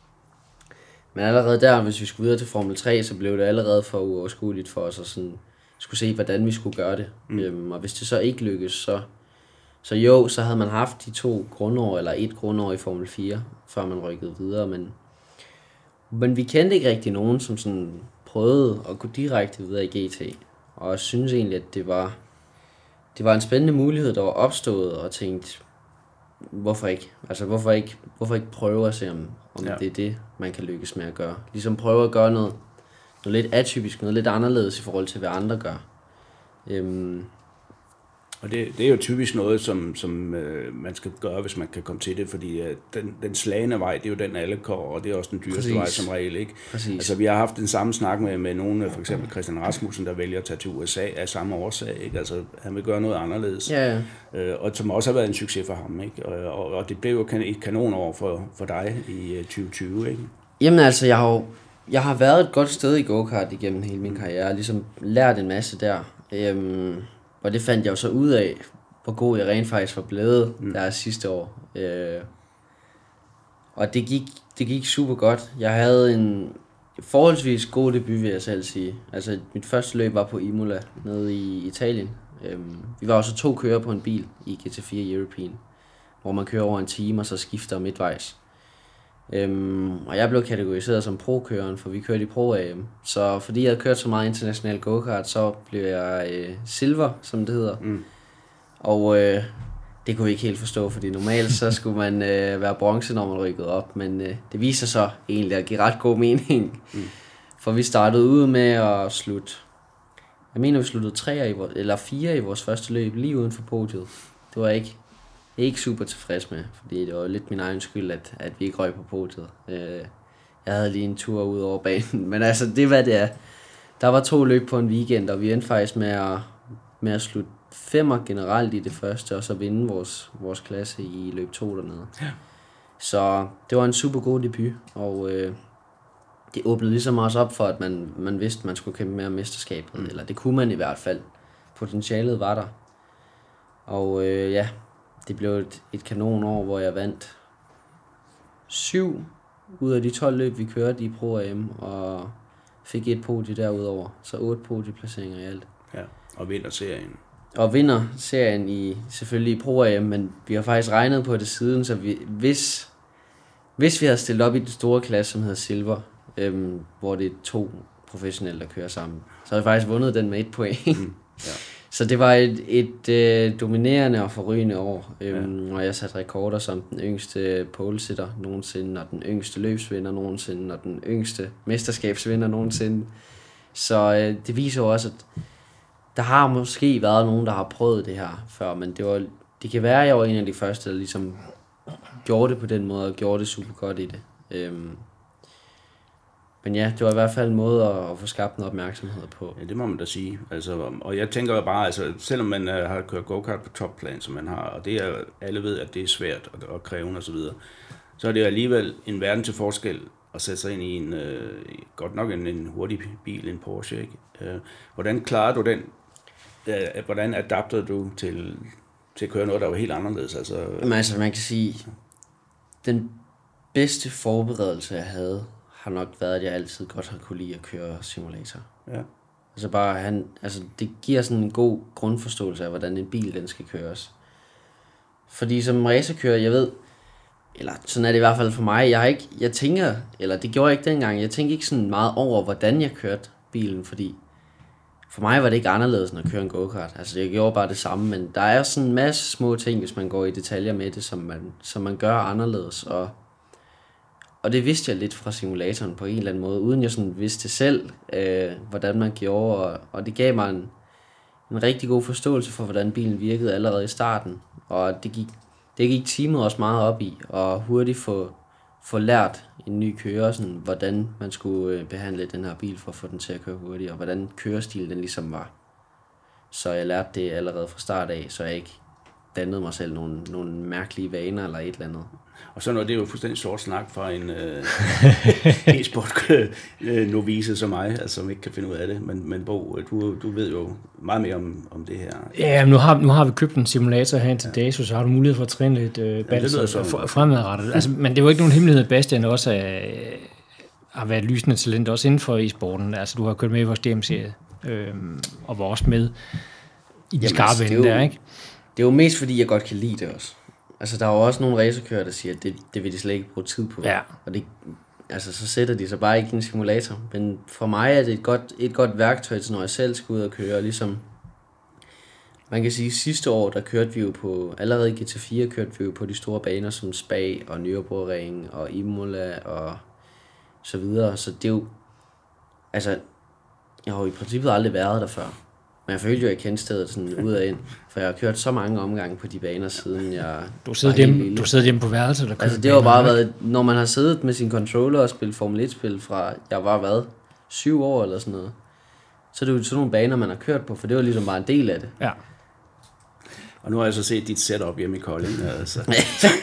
Men allerede der, hvis vi skulle videre til Formel tre, så blev det allerede for uoverskueligt for os at sådan, skulle se, hvordan vi skulle gøre det. Mm. Øhm, og hvis det så ikke lykkedes, så, så jo, så havde man haft de to grundår, eller et grundår i Formel fire, før man rykkede videre. Men, men vi kendte ikke rigtig nogen, som sådan prøvede at gå direkte videre i G T. Og jeg synes egentlig, at det var... Det var en spændende mulighed, der var opstået, og tænkte, hvorfor ikke? Altså, hvorfor ikke, hvorfor ikke prøve at se, om, om ja. det er det, man kan lykkes med at gøre? Ligesom prøve at gøre noget, noget lidt atypisk, noget lidt anderledes i forhold til, hvad andre gør. Øhm. Og det, det er jo typisk noget, som, som øh, man skal gøre, hvis man kan komme til det, fordi øh, den, den slagende vej, det er jo den alle går, og det er også den dyreste Præcis. vej som regel, ikke? Præcis. Altså, vi har haft den samme snak med, med nogen, for eksempel Christian Rasmussen, der vælger at tage til U S A af samme årsag, ikke? Altså, han vil gøre noget anderledes, ja, ja. Øh, og som også har været en succes for ham, ikke? Og, og, og det blev jo et kanonår for, for dig i uh, tyve tyve, ikke? Jamen altså, jeg har jo, jeg har været et godt sted i go-kart igennem hele min karriere, jeg har ligesom lært en masse der, øhm og det fandt jeg jo så ud af, hvor god jeg rent faktisk var blevet mm. der sidste år. Øh, og det gik, det gik super godt. Jeg havde en forholdsvis god debut, vil jeg selv sige. Altså, mit første løb var på Imola, nede i Italien. Øh, vi var også to kører på en bil i G T fire European, hvor man kører over en time, og så skifter midtvejs. Øhm, og jeg blev kategoriseret som pro-køreren, for vi kørte i Pro-A M. Så fordi jeg havde kørt så meget international go-kart, så blev jeg øh, silver, som det hedder. Mm. Og øh, det kunne vi ikke helt forstå, fordi normalt så skulle man øh, være bronze, når man rykkede op. Men øh, det viser sig egentlig at give ret god mening. Mm. For vi startede ud med at slutte, jeg mener vi sluttede tre i vores, eller fire i vores første løb, lige uden for podiet. Det var ikke, ikke super tilfreds med, fordi det var lidt min egen skyld, at, at vi ikke røg på podiet. Øh, jeg havde lige en tur ud over banen, men altså det er hvad det er. Der var to løb på en weekend, og vi endte faktisk med at, med at slutte femmer generelt i det første, og så vinde vores, vores klasse i løb to dernede. Ja. Så det var en super god debut, og øh, det åbnede ligesom også op for, at man, man vidste, at man skulle kæmpe mere om mesterskabet, mm. eller det kunne man i hvert fald. Potentialet var der. Og øh, ja, det blev et, et kanonår, hvor jeg vandt syv ud af de tolv løb, vi kørte i Pro-A M, og fik et podie derudover, så otte podieplaceringer i alt. Ja, og vinder serien. Og vinder serien i, selvfølgelig i Pro-A M, men vi har faktisk regnet på det siden, så vi, hvis, hvis vi havde stillet op i den store klasse, som hedder Silver, øhm, hvor det er to professionelle, der kører sammen, så har vi faktisk vundet den med et point. Mm. Ja. Så det var et, et øh, dominerende og forrygende år, øhm, ja. Og jeg satte rekorder som den yngste polesitter nogensinde, og den yngste løbsvinder nogensinde, og den yngste mesterskabsvinder nogensinde. Så øh, det viser jo også, at der har måske været nogen, der har prøvet det her før, men det, var, det kan være, at jeg var en af de første, der ligesom gjorde det på den måde, og gjorde det super godt i det. Øhm, men ja, det var i hvert fald en måde at, at få skabt en opmærksomhed på. Ja, det må man da sige. Altså, og jeg tænker bare, altså, selvom man uh, har kørt go-kart på topplan, som man har, og det er, alle ved, at det er svært og, og krævende og så videre, så er det alligevel en verden til forskel at sætte sig ind i en, øh, godt nok en, en hurtig bil, en Porsche, ikke? Øh, hvordan klarer du den? Øh, hvordan adapterede du til, til at køre noget, der var helt anderledes? Altså, Jamen, altså, man kan sige, den bedste forberedelse, jeg havde, har nok været, at jeg altid godt har kunne lide at køre simulator. Ja. Altså bare, han, altså det giver sådan en god grundforståelse af, hvordan en bil, den skal køres. Fordi som racerkører, jeg ved, eller sådan er det i hvert fald for mig, jeg har ikke, jeg tænker, eller det gjorde jeg ikke dengang, jeg tænkte ikke sådan meget over, hvordan jeg kørte bilen, fordi for mig var det ikke anderledes end at køre en go-kart. Altså jeg gjorde bare det samme, men der er sådan en masse små ting, hvis man går i detaljer med det, som man, som man gør anderledes, og Og det vidste jeg lidt fra simulatoren på en eller anden måde, uden jeg sådan vidste selv, øh, hvordan man gjorde, og, og det gav mig en, en rigtig god forståelse for, hvordan bilen virkede allerede i starten. Og det gik, det gik teamet også meget op i, og hurtigt få, få lært en ny kører, sådan, hvordan man skulle behandle den her bil for at få den til at køre hurtigt, og hvordan kørestilen den ligesom var. Så jeg lærte det allerede fra start af, så jeg ikke dannede mig selv nogle, nogle mærkelige vaner eller et eller andet. Og så når det er jo fuldstændig sort snak fra en øh, e-sport-novice som mig, altså, som ikke kan finde ud af det. Men, men Bo, du, du ved jo meget mere om, om det her. Ja, nu har, nu har vi købt en simulator her til ja. Dato, så har du mulighed for at træne lidt øh, balser ja, fremadrettet. Altså, men det er jo ikke nogen hemmelighed, at Bastian også er, har været lysende talent, også inden for e-sporten. Altså, du har kørt med i vores D M-serie, øh, og var også med i de skarpe ende der, ikke? Det er jo mest fordi, jeg godt kan lide det også. Altså, der er jo også nogle racerkører, der siger, at det, det vil de slet ikke bruge tid på. Ja. Og det, altså, så sætter de sig bare ikke i en simulator. Men for mig er det et godt, et godt værktøj til, når jeg selv skal ud og køre. Ligesom, man kan sige, sidste år, der kørte vi jo på, allerede i G T fire kørte vi jo på de store baner som Spa og Nürburgring og Imola og så videre. Så det er jo, altså, jeg har jo i princippet aldrig været der før. Men jeg følte jo, at jeg kendte stedet sådan ud og ind, for jeg har kørt så mange omgange på de baner, siden jeg Du sidder hjemme, du sidder hjemme på værelset, der kører. Altså det har bare været, når man har siddet med sin controller og spillet Formel et-spil fra, jeg var hvad, syv år eller sådan noget, så er det jo sådan nogle baner, man har kørt på, for det var ligesom bare en del af det. Ja. Og nu har jeg så set dit setup hjemme i Kolding. Altså.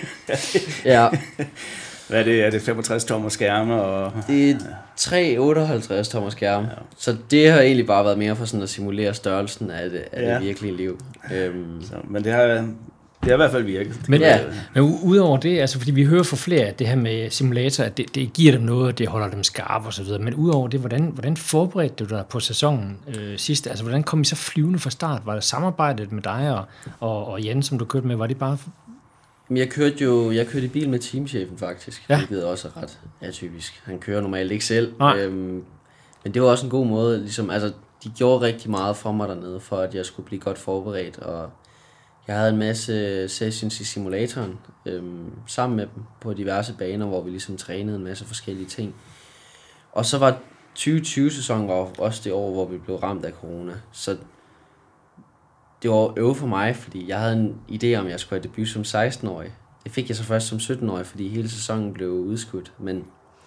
Ja. Hvad er det? Er det femogtres tommer skærme? Og... Det er tre otteoghalvtreds tommer skærme. Ja. Så det har egentlig bare været mere for sådan at simulere størrelsen af det, af ja. det virkelige liv. Øhm. Så, men det har, det har i hvert fald virket. Men, ja. men udover det, altså fordi vi hører fra flere, at det her med simulator, at det, det giver dem noget, og det holder dem skarpe og så videre. Men udover det, hvordan, hvordan forberedte du dig på sæsonen øh, sidste? Altså hvordan kom I så flyvende fra start? Var det samarbejdet med dig og, og, og Jan, som du kørte med? Var det bare Jeg kørte jo jeg kørte i bil med teamchefen faktisk, ja. hvilket også er ret atypisk. Han kører normalt ikke selv, Nej. øhm, men det var også en god måde. Ligesom, altså, de gjorde rigtig meget for mig dernede, for at jeg skulle blive godt forberedt, og jeg havde en masse sessions i simulatoren øhm, sammen med dem på diverse baner, hvor vi ligesom trænede en masse forskellige ting. Og så var tyve tyve-sæsonen også det år, hvor vi blev ramt af corona, så det var øve for mig, fordi jeg havde en idé om, at jeg skulle have debut som seksten-årig. Det fik jeg så først som sytten-årig, fordi hele sæsonen blev udskudt. Men,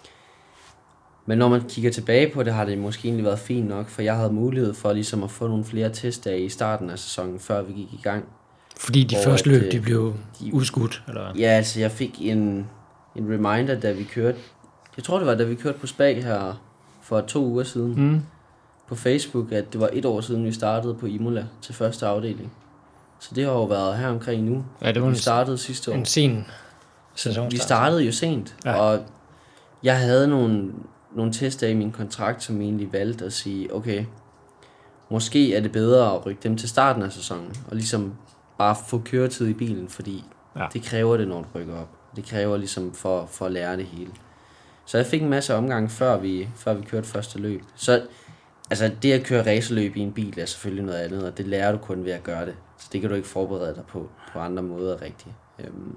men når man kigger tilbage på det, har det måske egentlig været fint nok, for jeg havde mulighed for ligesom at få nogle flere testdage i starten af sæsonen, før vi gik i gang. Fordi de første løb, de blev de, udskudt? Eller? Ja, altså jeg fik en, en reminder, da vi kørte, jeg tror det var, da vi kørte på Spa her for to uger siden, mm. på Facebook, at det var et år siden, vi startede på Imola til første afdeling. Så det har jo været her omkring nu. Ja, det var vi en, startede sidste år. En sen sæson. Vi startede jo sent, ja. Og jeg havde nogle, nogle tester i min kontrakt, som egentlig valgte at sige, okay, måske er det bedre at rykke dem til starten af sæsonen, og ligesom bare få køretid i bilen, fordi ja. Det kræver det, når du rykker op. Det kræver ligesom for, for at lære det hele. Så jeg fik en masse omgange, før vi, før vi kørte første løb. Så altså, det at køre racerløb i en bil er selvfølgelig noget andet, og det lærer du kun ved at gøre det. Så det kan du ikke forberede dig på, på andre måder rigtigt. Øhm.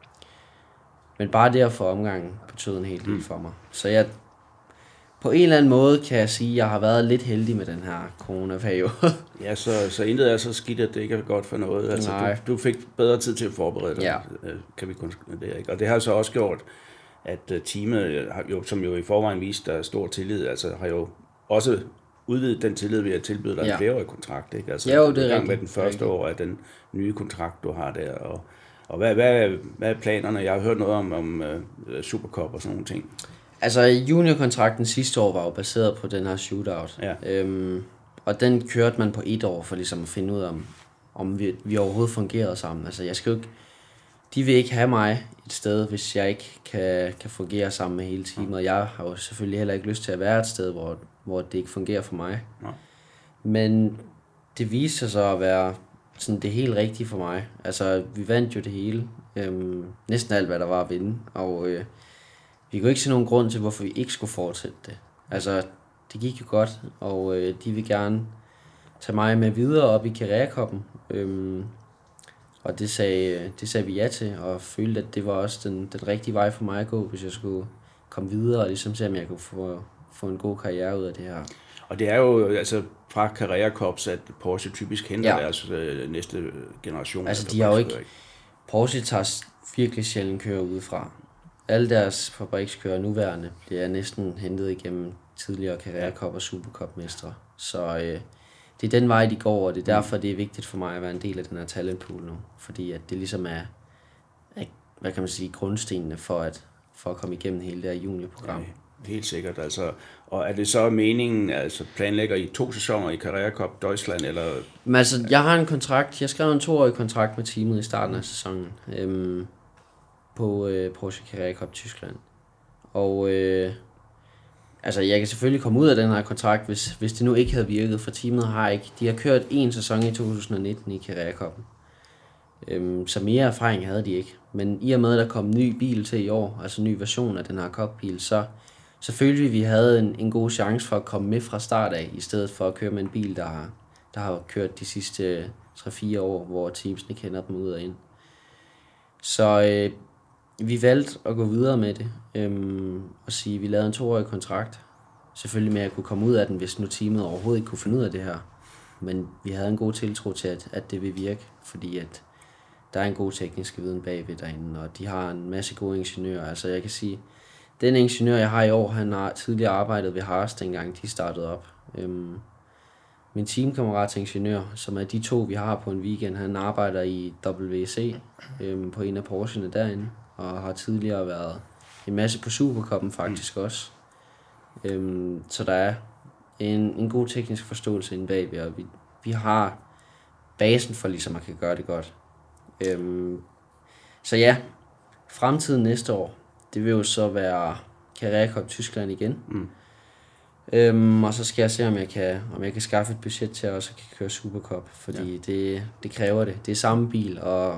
Men bare det at få omgangen betød en hel del for mig. Så jeg, på en eller anden måde kan jeg sige, at jeg har været lidt heldig med den her coronaperiode. Ja, så, så intet er så skidt, at det ikke er godt for noget. Altså, du, du fik bedre tid til at forberede dig, ja. Kan vi konstatere, ikke? Og det har så også gjort, at teamet, jo, som jo i forvejen viste, der er stor tillid, altså har jo også udvidet den tillid ved at tilbyde dig ja. En flereårig kontrakt, ikke? Altså, jo, det er gang med den første år af den nye kontrakt, du har der, og, og hvad, hvad, hvad er planerne? Jeg har hørt noget om, om uh, Supercup og sådan nogle ting. Altså, juniorkontrakten sidste år var jo baseret på den her shootout, ja. øhm, og den kørte man på et år, for ligesom at finde ud af, om, om vi, vi overhovedet fungerede sammen. Altså, jeg skal jo ikke, de vil ikke have mig et sted, hvis jeg ikke kan, kan fungere sammen med hele teamet, og jeg har jo selvfølgelig heller ikke lyst til at være et sted, hvor hvor det ikke fungerer for mig. Ja. Men det viste sig så at være sådan det helt rigtige for mig. Altså, vi vandt jo det hele. Øhm, næsten alt, hvad der var at vinde. Og øh, vi kunne ikke se nogen grund til, hvorfor vi ikke skulle fortsætte det. Altså, det gik jo godt, og øh, de vil gerne tage mig med videre op i Carrera-koppen. Øhm, og det sagde, det sagde vi ja til, og følte, at det var også den, den rigtige vej for mig at gå, hvis jeg skulle komme videre, og ligesom se, om jeg kunne få få en god karriere ud af det her. Og det er jo altså fra Carrera Cups, at Porsche typisk henter ja. Deres øh, næste generation. Altså de har jo ikke, Porsche tager virkelig sjældent kører udefra. Alle deres fabrikskører nuværende bliver næsten hentet igennem tidligere Carrera Cup og Supercup mestre. Så øh, det er den vej, de går, og det er derfor, det er vigtigt for mig at være en del af den her talentpool nu. Fordi at det ligesom er, er hvad kan man sige, grundstenene for at, for at komme igennem hele det her juniorprogram. Ja. Helt sikkert, altså. Og er det så meningen, altså planlægger I to sæsoner i Carrera Cup Deutschland, eller? Men altså, jeg har en kontrakt, jeg skrev en toårig kontrakt med teamet i starten af sæsonen, øhm, på øh, Porsche Carrera Cup Tyskland. Og øh, altså, jeg kan selvfølgelig komme ud af den her kontrakt, hvis, hvis det nu ikke havde virket, for teamet har ikke, de har kørt en sæson i to tusind nitten i Carrera Cupen. Øhm, så mere erfaring havde de ikke. Men i og med, at der kom en ny bil til i år, altså en ny version af den her Cup-bil, så Så følte vi, at vi havde en, en god chance for at komme med fra start af, i stedet for at køre med en bil, der har, der har kørt de sidste tre fire år, hvor teamsene kender dem ud og ind. Så øh, vi valgte at gå videre med det, øhm, og sige, at vi lavede en toårig kontrakt. Selvfølgelig med at kunne komme ud af den, hvis nu teamet overhovedet ikke kunne finde ud af det her. Men vi havde en god tiltro til, at, at det vil virke, fordi at der er en god teknisk viden bagved derinde, og de har en masse gode ingeniører. Altså jeg kan sige, den ingeniør, jeg har i år, han har tidligere arbejdet ved Haas, dengang de startede op. Øhm, min teamkammerat ingeniør, som er de to, vi har på en weekend, han arbejder i W C øhm, på en af Porsche'ne derinde, og har tidligere været en masse på Supercuppen faktisk også. Øhm, så der er en, en god teknisk forståelse inde bagved, og vi, vi har basen for ligesom at kan gøre det godt. Øhm, så ja, fremtiden næste år, det vil jo så være Carrera Cup Tyskland igen. Mm. Øhm, og så skal jeg se, om jeg kan, om jeg kan skaffe et budget til at også kan køre Supercup, fordi ja. det, det kræver det. Det er samme bil, og, og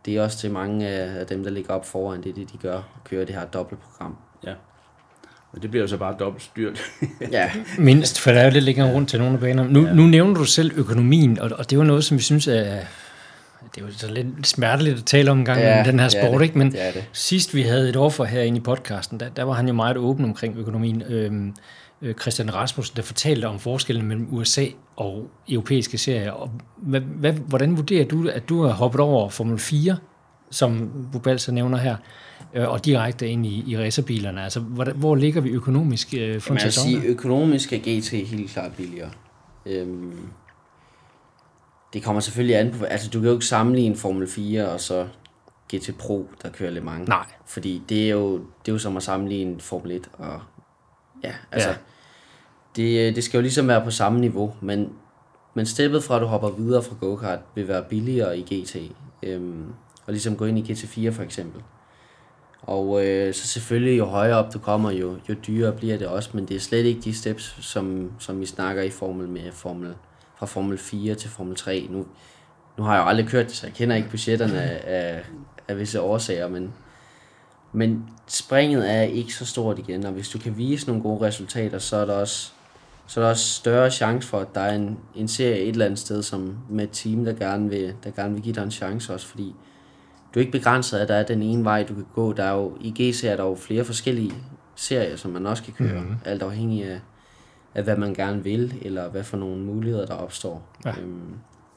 det er også til mange af dem, der ligger op foran, det er det, de gør, kører det her dobbeltprogram. Ja. Og det bliver jo så bare dobbelt styrt. Ja. Mindst, for der er jo lidt længere rundt til nogle af banerne. Nu, ja. nu nævner du selv økonomien, og, og det er jo noget, som vi synes er... Det er jo så lidt smerteligt at tale om en gang ja, om den her sport, det, ikke? Men det det. sidst vi havde et offer herinde i podcasten, der, der var han jo meget åben omkring økonomien. Øhm, øh, Christian Rasmussen, der fortalte om forskellen mellem U S A og europæiske serier. Og hvad, hvad, hvordan vurderer du, at du har hoppet over Formel fire, som Bubalsa nævner her, øh, og direkte ind i, i racerbilerne? Altså, hvor, hvor ligger vi økonomisk? Øh, Jamen, jeg vil sige, økonomisk er G T helt klart billigere. Øhm, det kommer selvfølgelig an på, altså du kan jo ikke sammenligne Formel fire og så G T Pro, der kører Le Mans. Nej. Fordi det er jo, det er jo som at sammenligne Formel et og ja, altså ja. Det, det skal jo ligesom være på samme niveau, men, men steppet fra at du hopper videre fra go-kart vil være billigere i G T. Øhm, og ligesom gå ind i G T fire for eksempel. Og øh, så selvfølgelig jo højere op du kommer, jo, jo dyrere bliver det også, men det er slet ikke de steps, som, som vi snakker i Formel med Formel, fra Formel fire til Formel tre. Nu, nu har jeg jo aldrig kørt det, så jeg kender ikke budgetterne af, af, af visse årsager, men, men springet er ikke så stort igen, og hvis du kan vise nogle gode resultater, så er der også, så er der også større chance for, at der er en, en serie et eller andet sted, som med et team, der gerne vil, der gerne vil give dig en chance også, fordi du er ikke begrænset af, at der er den ene vej, du kan gå. Der er jo, i G C er der jo flere forskellige serier, som man også kan køre, mm-hmm. alt afhængig af, af, hvad man gerne vil, eller hvad for nogle muligheder, der opstår. Ja. Øhm,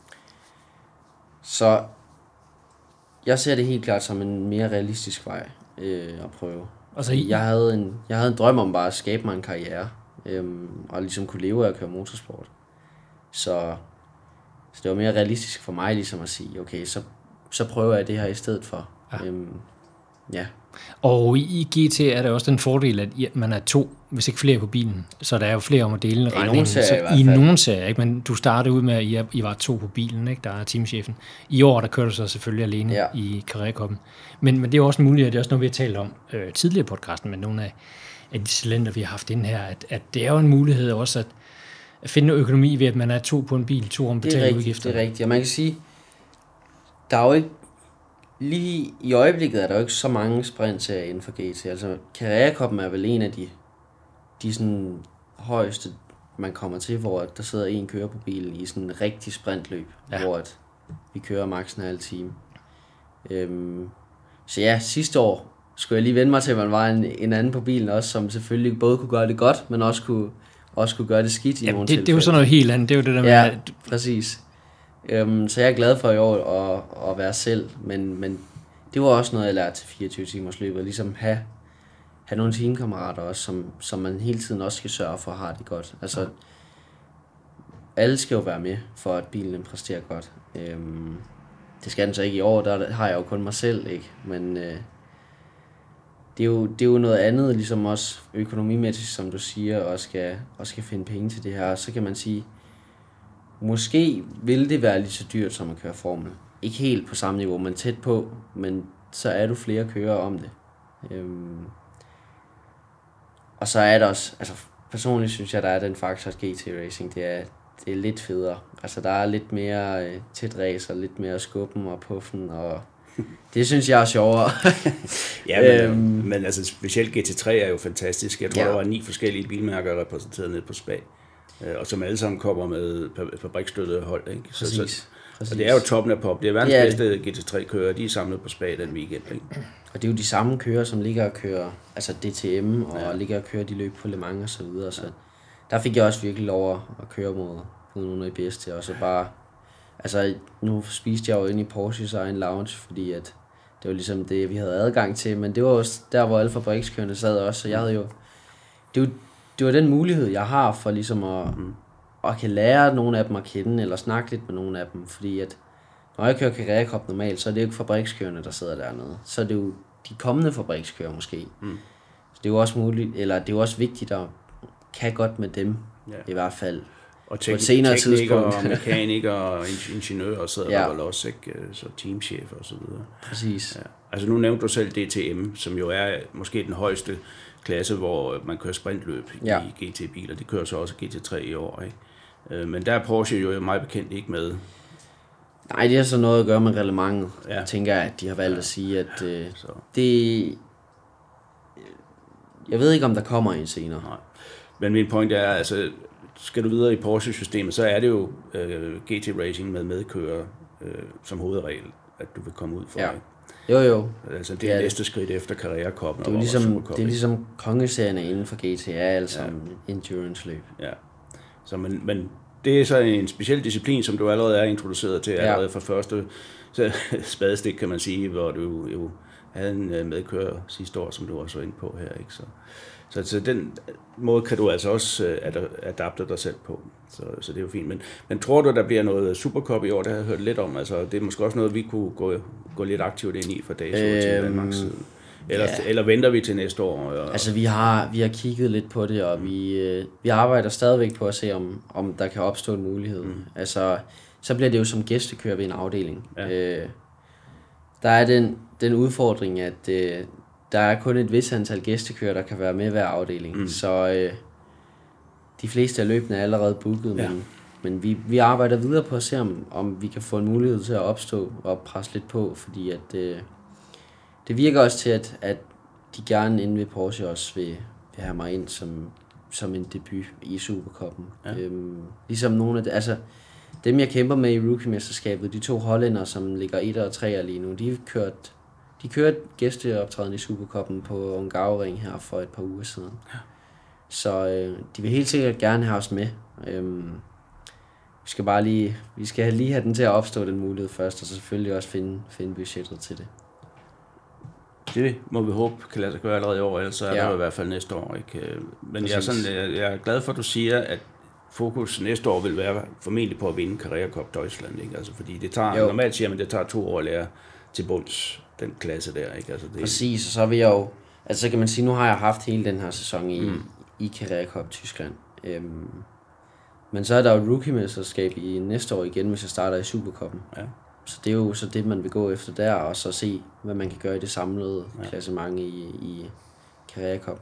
så jeg ser det helt klart som en mere realistisk vej øh, at prøve. Altså, jeg, havde en, jeg havde en drøm om bare at skabe mig en karriere, øhm, og ligesom kunne leve af at køre motorsport. Så, så det var mere realistisk for mig ligesom at sige, okay, så så prøver jeg det her i stedet for. Ja. Øhm, ja. Og i G T er der også den fordel, at man er to, hvis ikke flere på bilen. Så der er jo flere om at dele en regning. I, I nogen serier, ikke? Men du startede ud med, at I, er, I var to på bilen, ikke? Der er teamchefen. I år, der kører du så selvfølgelig alene ja. i karrierekoppen. Men, men det er jo også en mulighed, det er også noget, vi har talt om øh, tidligere i podcasten, men nogle af, af de talenter, vi har haft inde her, at, at det er jo en mulighed også at, at finde økonomi ved, at man er to på en bil, to om betale udgifter. Det er rigtigt, og man kan sige, der er jo ikke, lige i øjeblikket er der jo ikke så mange sprintserier inden for G T. Altså, karrierekoppen er vel en af de, de sådan højeste, man kommer til, hvor der sidder en kører på bilen i sådan en rigtig sprintløb, ja. Hvor at vi kører maks en halv time. Øhm, så ja, sidste år skulle jeg lige vende mig til, at man var en, en anden på bilen også, som selvfølgelig både kunne gøre det godt, men også kunne, også kunne gøre det skidt i ja, nogle det, tilfælde. det er jo sådan noget helt andet, det er jo det der med... Ja, at... præcis. Um, så jeg er glad for i år at, at være selv, men, men det var også noget, jeg lærte til fireogtyve timers løb, at ligesom have, have nogle teamkammerater også, som, som man hele tiden også skal sørge for at have det godt. Altså, alle skal jo være med, for at bilen præsterer godt. Um, det skal den så ikke i år, der har jeg jo kun mig selv, ikke? Men uh, det, er jo, det er jo noget andet, ligesom også økonomimæssigt, som du siger, og skal, og skal finde penge til det her. Så kan man sige, måske vil det være lige så dyrt som at køre Formel. Ikke helt på samme niveau, men tæt på, men så er du flere kører om det. Øhm. Og så er der også, altså personligt synes jeg, der er den faktor, at G T Racing, det er, det er lidt federe. Altså der er lidt mere øh, tæt racer, lidt mere skubben og puffen, og det synes jeg er sjovere. ja, men, øhm. men altså specielt G T tre er jo fantastisk. Jeg tror, ja. Der var ni forskellige bilmærker repræsenteret nede på Spa. Og som alle sammen kommer med fabriksstøttede hold, ikke? Så, præcis, så, præcis. Og det er jo toppen af pop. Det er verdens ja, bedste G T tre kører, de er samlet på Spa den weekend, ikke? Og det er jo de samme kører, som ligger og kører, altså D T M, og ja. ligger og kører de løb på Le Mans og så videre, så ja. Der fik jeg også virkelig lov at køre mod, mod nogle af de bedste, og så bare, altså nu spiste jeg jo inde i Porsches egen lounge, fordi at det var ligesom det, vi havde adgang til, men det var også der, hvor alle fabrikskørende sad også, så jeg havde jo, det var Det var den mulighed, jeg har for ligesom at, mm. at kan lære nogle af dem at kende, eller snakke lidt med nogle af dem, fordi at når jeg kører karrierekop normalt, så er det jo ikke fabrikskørende, der sidder dernede. Så er det jo de kommende fabrikskører måske. Mm. Så det er jo også muligt, eller det er jo også vigtigt at kan godt med dem, ja. I hvert fald. Og tek- teknikere og mekanikere og ingeniører sidder ja. Der vel også, ikke? Så teamchefer og så videre. Præcis. Ja. Altså nu nævnte du selv D T M, som jo er måske den højeste klasse, hvor man kører sprintløb ja. I G T-biler. De kører så også G T tre i år, ikke? Men der er Porsche jo meget bekendt ikke med. Nej, det har så noget at gøre med reglementet. Ja. Jeg tænker, at de har valgt ja. at sige, at øh, Så. det... Jeg ved ikke, om der kommer en senere. Nej. Men min point er, altså, skal du videre i Porsche-systemet, så er det jo øh, G T Racing med medkører øh, som hovedregel, at du vil komme ud for. Ja. Ikke? Jo, jo. Altså, det Det er er næste skridt efter Carrera Cup. Det er, ligesom, det er ligesom kongeserierne inden for G T A, altså ja. endurance-løb. Ja. Så, men, men det er så en speciel disciplin, som du allerede er introduceret til, ja. allerede fra første så, spadestik, kan man sige, hvor du jo havde en medkører sidste år, som du også var inde på her. Ikke? Så, så, så den måde kan du altså også adapte dig selv på. Så, så det er jo fint. Men, men tror du, der bliver noget Supercup i år? Det har jeg hørt lidt om. Altså, det er måske også noget, vi kunne gå, gå lidt aktivt ind i fra dags øhm, til Danmarks side. Eller, ja. eller venter vi til næste år? Og, altså, vi har, vi har kigget lidt på det, og vi, øh, vi arbejder stadigvæk på at se, om, om der kan opstå en mulighed. Mm. Altså, så bliver det jo som gæstekører ved en afdeling. Ja. Øh, der er den, den udfordring, at øh, der er kun et vis antal gæstekører, der kan være med hver afdeling. Mm. Så øh, de fleste af løbene er allerede booket, ja. men, men vi, vi arbejder videre på at se, om, om vi kan få en mulighed til at opstå og presse lidt på, fordi at, øh, det virker også til, at, at de gerne inde ved Porsche også vil, vil have mig ind som, som en debut i Supercuppen. Ja. Øhm, ligesom nogle af de, altså dem jeg kæmper med i rookie-mesterskabet, de to hollændere, som ligger et og tre lige nu, de kørt De kørte gæsteoptræden i Supercuppen på Hungaroring her for et par uger siden. Ja. Så øh, de vil helt sikkert gerne have os med. Øhm, vi skal bare lige, vi skal lige have den til at opstå, den mulighed først, og så selvfølgelig også finde, finde budgettet til det. Det må vi håbe kan lade sig gøre allerede i år, ellers så er ja. der i hvert fald næste år. Ikke? Men jeg er, sådan, jeg, jeg er glad for, at du siger, at fokus næste år vil være formentlig på at vinde Carrera Cup Deutschland. Ikke? Altså, fordi det tager, normalt siger man, at det tager to år at lære til bunds den klasse der. Ikke? Altså, det... Præcis, og så vil jeg jo, altså så kan man sige, nu har jeg haft hele den her sæson i, mm. i Carrera Cup Tyskland. Øhm, men så er der jo rookie-mesterskab i næste år igen, hvis jeg starter i Supercuppen. Ja. Så det er jo så det, man vil gå efter der, og så se, hvad man kan gøre i det samlede ja. klassement i, i Carrera Cuppen.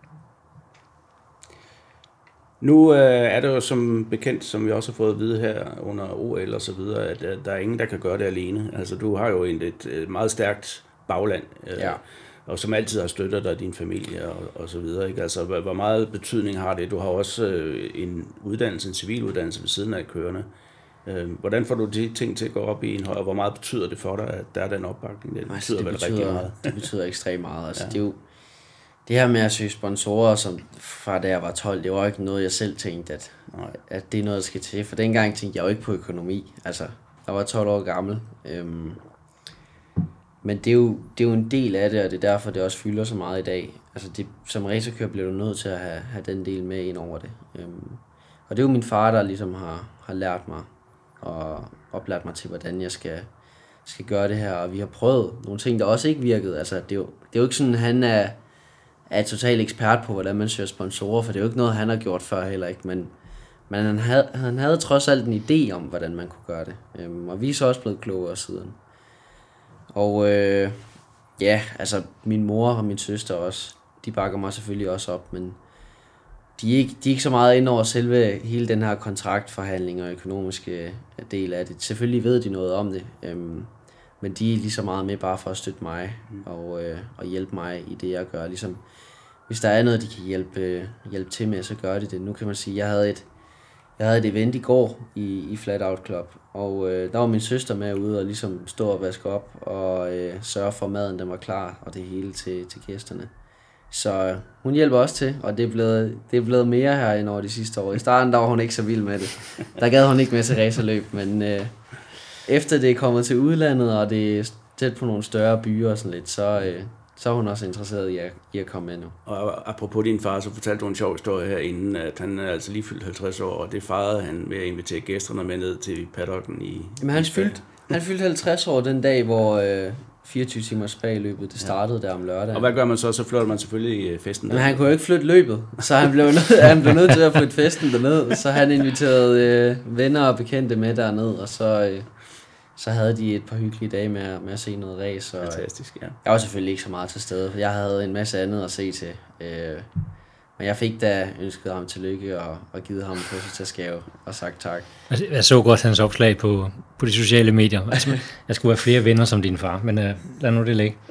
Nu øh, er det jo som bekendt, som vi også har fået at vide her under O L og så videre, at øh, der er ingen, der kan gøre det alene. Altså, du har jo et, et meget stærkt bagland, øh, ja. og som altid har støttet dig, din familie og, og så videre. Ikke? Altså, hvor meget betydning har det? Du har også øh, en uddannelse, en civiluddannelse ved siden af kørende. Øh, hvordan får du de ting til at gå op i en højere? Hvor meget betyder det for dig, at der er den opbakning? Det betyder det vel betyder, rigtig meget. Det betyder ekstremt meget. Altså, ja. det er jo Det her med at søge sponsorer, som fra da jeg var tolv, det var ikke noget, jeg selv tænkte, at, at det er noget, der skal til. For dengang tænkte jeg jo ikke på økonomi. Altså, jeg var tolv år gammel. Øhm, men det er, jo, det er jo en del af det, og det er derfor, det også fylder så meget i dag. Altså, det, som racerkører bliver du nødt til at have, have den del med ind over det. Øhm, og det er jo min far, der ligesom har, har lært mig, og oplært mig til, hvordan jeg skal, skal gøre det her. Og vi har prøvet nogle ting, der også ikke virkede. Altså, det er jo, det er jo ikke sådan, han er... er total ekspert på, hvordan man søger sponsorer, for det er jo ikke noget, han har gjort før heller ikke, men, men han, havde, han havde trods alt en idé om, hvordan man kunne gøre det, øhm, og vi er så også blevet klogere siden. Og øh, ja, altså min mor og min søster også, de bakker mig selvfølgelig også op, men de er ikke, de er ikke så meget ind over selve hele den her kontraktforhandling og økonomiske del af det. Selvfølgelig ved de noget om det, øhm, men de er lige så meget med bare for at støtte mig og, øh, og hjælpe mig i det, jeg gør. Ligesom, hvis der er noget, de kan hjælpe, hjælpe til med, så gør de det. Nu kan man sige, at jeg havde et, jeg havde et event i går i, i Flat Out Club, og øh, der var min søster med ude og ligesom stå og vaske op og øh, sørge for, at maden den var klar og det hele til, til gæsterne. Så øh, hun hjælper også til, og det er, blevet, det er blevet mere her end over de sidste år. I starten der var hun ikke så vild med det. Der gad hun ikke med til racerløb, men... Øh, efter det er kommet til udlandet, og det er tæt på nogle større byer og sådan lidt, så, øh, så er hun også interesseret i at, i at komme med nu. Og apropos din far, så fortalte du en sjov historie herinde, at han er altså lige fyldt halvtreds år, og det fejrede han med at invitere gæsterne med ned til paddocken i... Jamen han fyldte han fyldte halvtreds år den dag, hvor øh, fireogtyve timers bagløbet, det startede ja. der om lørdag. Og hvad gør man så? Så flytter man selvfølgelig festen Men han kunne jo ikke flytte løbet, så han blev nødt, han blev nødt til at flytte festen derned, så han inviterede øh, venner og bekendte med derned, og så... Øh, Så havde de et par hyggelige dage med, med at se noget race. Og fantastisk, ja. Jeg var selvfølgelig ikke så meget til stede, for jeg havde en masse andet at se til. Øh, men Og jeg fik da ønsket ham tillykke og, og givet ham en fødselsdagsgave og sagt tak. Jeg så godt hans opslag på, på de sociale medier. Altså, jeg skulle have flere venner som din far, men uh, lad nu det ligge.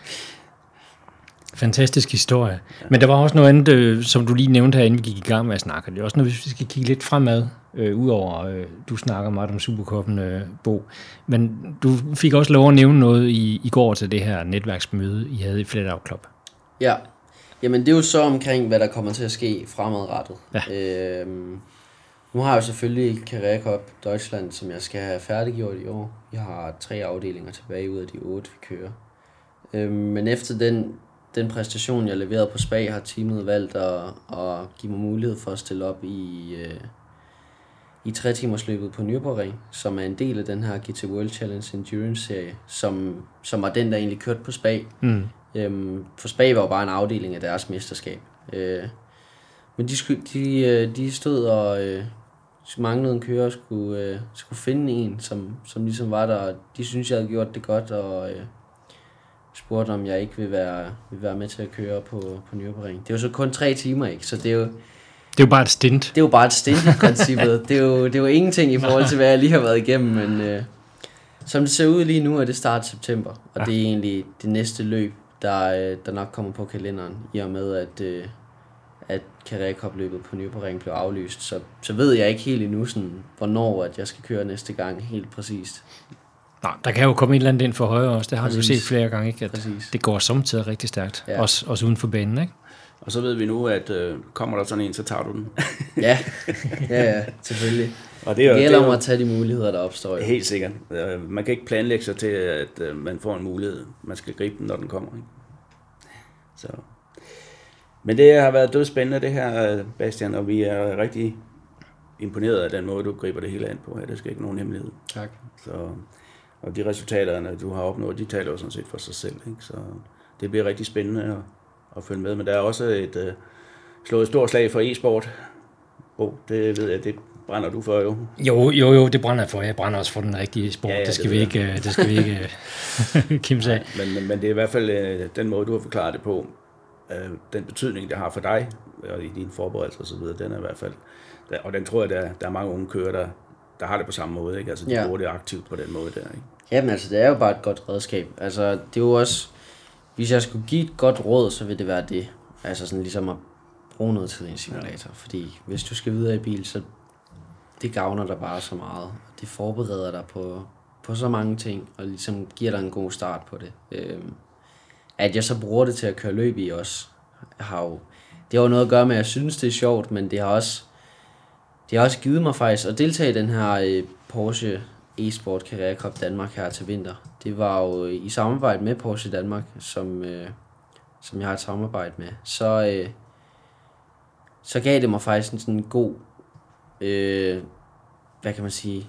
Fantastisk historie. Men der var også noget andet, øh, som du lige nævnte her, inden vi gik i gang med at snakke. Det er også noget, hvis vi skal kigge lidt fremad, øh, udover, øh, du snakker meget om Supercuppen, øh, Bo. Men du fik også lov at nævne noget i, i går til det her netværksmøde, I havde i Flat Out Club. Ja, jamen det er jo så omkring, hvad der kommer til at ske fremadrettet. Ja. Øhm, nu har jeg jo selvfølgelig Carrera Cup Deutschland, som jeg skal have færdiggjort i år. Jeg har tre afdelinger tilbage ud af de otte, vi kører. Øhm, men efter den Den præstation, jeg leverede på Spa, har teamet valgt at, at give mig mulighed for at stille op i, øh, i tre timers løbet på Nürburgring, som er en del af den her G T World Challenge Endurance-serie, som, som var den, der egentlig kørte på Spa. Mm. Øhm, for Spa var jo bare en afdeling af deres mesterskab. Øh, men de, skulle, de, de stod og øh, manglede en kører og skulle, øh, skulle finde en, som, som ligesom var der. De synes jeg havde gjort det godt, og Øh, spurgte, om jeg ikke vil være, vil være med til at køre på, på Nürburgring. Det er jo så kun tre timer, ikke? Så det er jo... Det er jo bare et stint. Det er jo bare et stint i princippet. Det er, jo, det er jo ingenting i forhold til, hvad jeg lige har været igennem, men øh, som det ser ud lige nu, er det start september, og ja. Det er egentlig det næste løb, der, der nok kommer på kalenderen, i og med, at, øh, at Carrera Cup løbet på Nürburgring blev aflyst. Så, så ved jeg ikke helt endnu, sådan, hvornår at jeg skal køre næste gang, helt præcist. Nå, der kan jo komme et eller andet ind for højre også. Det har Præcis. vi jo set flere gange, ikke? At Præcis. det går samtidig rigtig stærkt. Ja. Også, også uden for banen, ikke? Og så ved vi nu, at øh, kommer der sådan en, så tager du den. ja. ja, ja, selvfølgelig. Og det, er, det gælder det er om at tage de muligheder, der opstår. Jo. Helt sikkert. Man kan ikke planlægge sig til, at man får en mulighed. Man skal gribe den, når den kommer. Ikke? Så. Men det har været dødspændende, det her, Bastian, og vi er rigtig imponeret af den måde, du griber det hele an på. Ja, det skal ikke nogen hemmelighed. Tak. Så, og de resultater, du har opnået, de taler jo sådan set for sig selv. Ikke? Så det bliver rigtig spændende at, at følge med. Men der er også et uh, slået et stort slag for e-sport. Oh, det ved jeg, det brænder du for jo. Jo, jo, jo, det brænder jeg for. Jeg brænder også for den rigtige sport. Ja, ja, det, skal det, vi ikke, det skal vi ikke kimse af. Men, men, men det er i hvert fald uh, den måde, du har forklaret det på. Uh, den betydning, det har for dig, og i dine forberedelser og så videre, den er i hvert fald, der, og den tror jeg, der, der er mange unge kører, der, der har det på samme måde, ikke? Altså, de ja. bruger det aktivt på den måde der, ikke? Jamen altså, det er jo bare et godt redskab. Altså, det er jo også, hvis jeg skulle give et godt råd, så vil det være det. Altså sådan ligesom at bruge noget tid i en simulator. Ja. Fordi hvis du skal videre i bil, så det gavner dig bare så meget. Det forbereder dig på, på så mange ting, og ligesom giver dig en god start på det. Øhm, at jeg så bruger det til at køre løb i også, har jo, det har jo noget at gøre med, at jeg synes, det er sjovt, men det har også, det har også givet mig faktisk at deltage i den her øh, Porsche eSport Carrera Cup Danmark her til vinter. Det var jo i samarbejde med Porsche Danmark, som, øh, som jeg har et samarbejde med. Så, øh, så gav det mig faktisk en sådan god, øh, hvad kan man sige,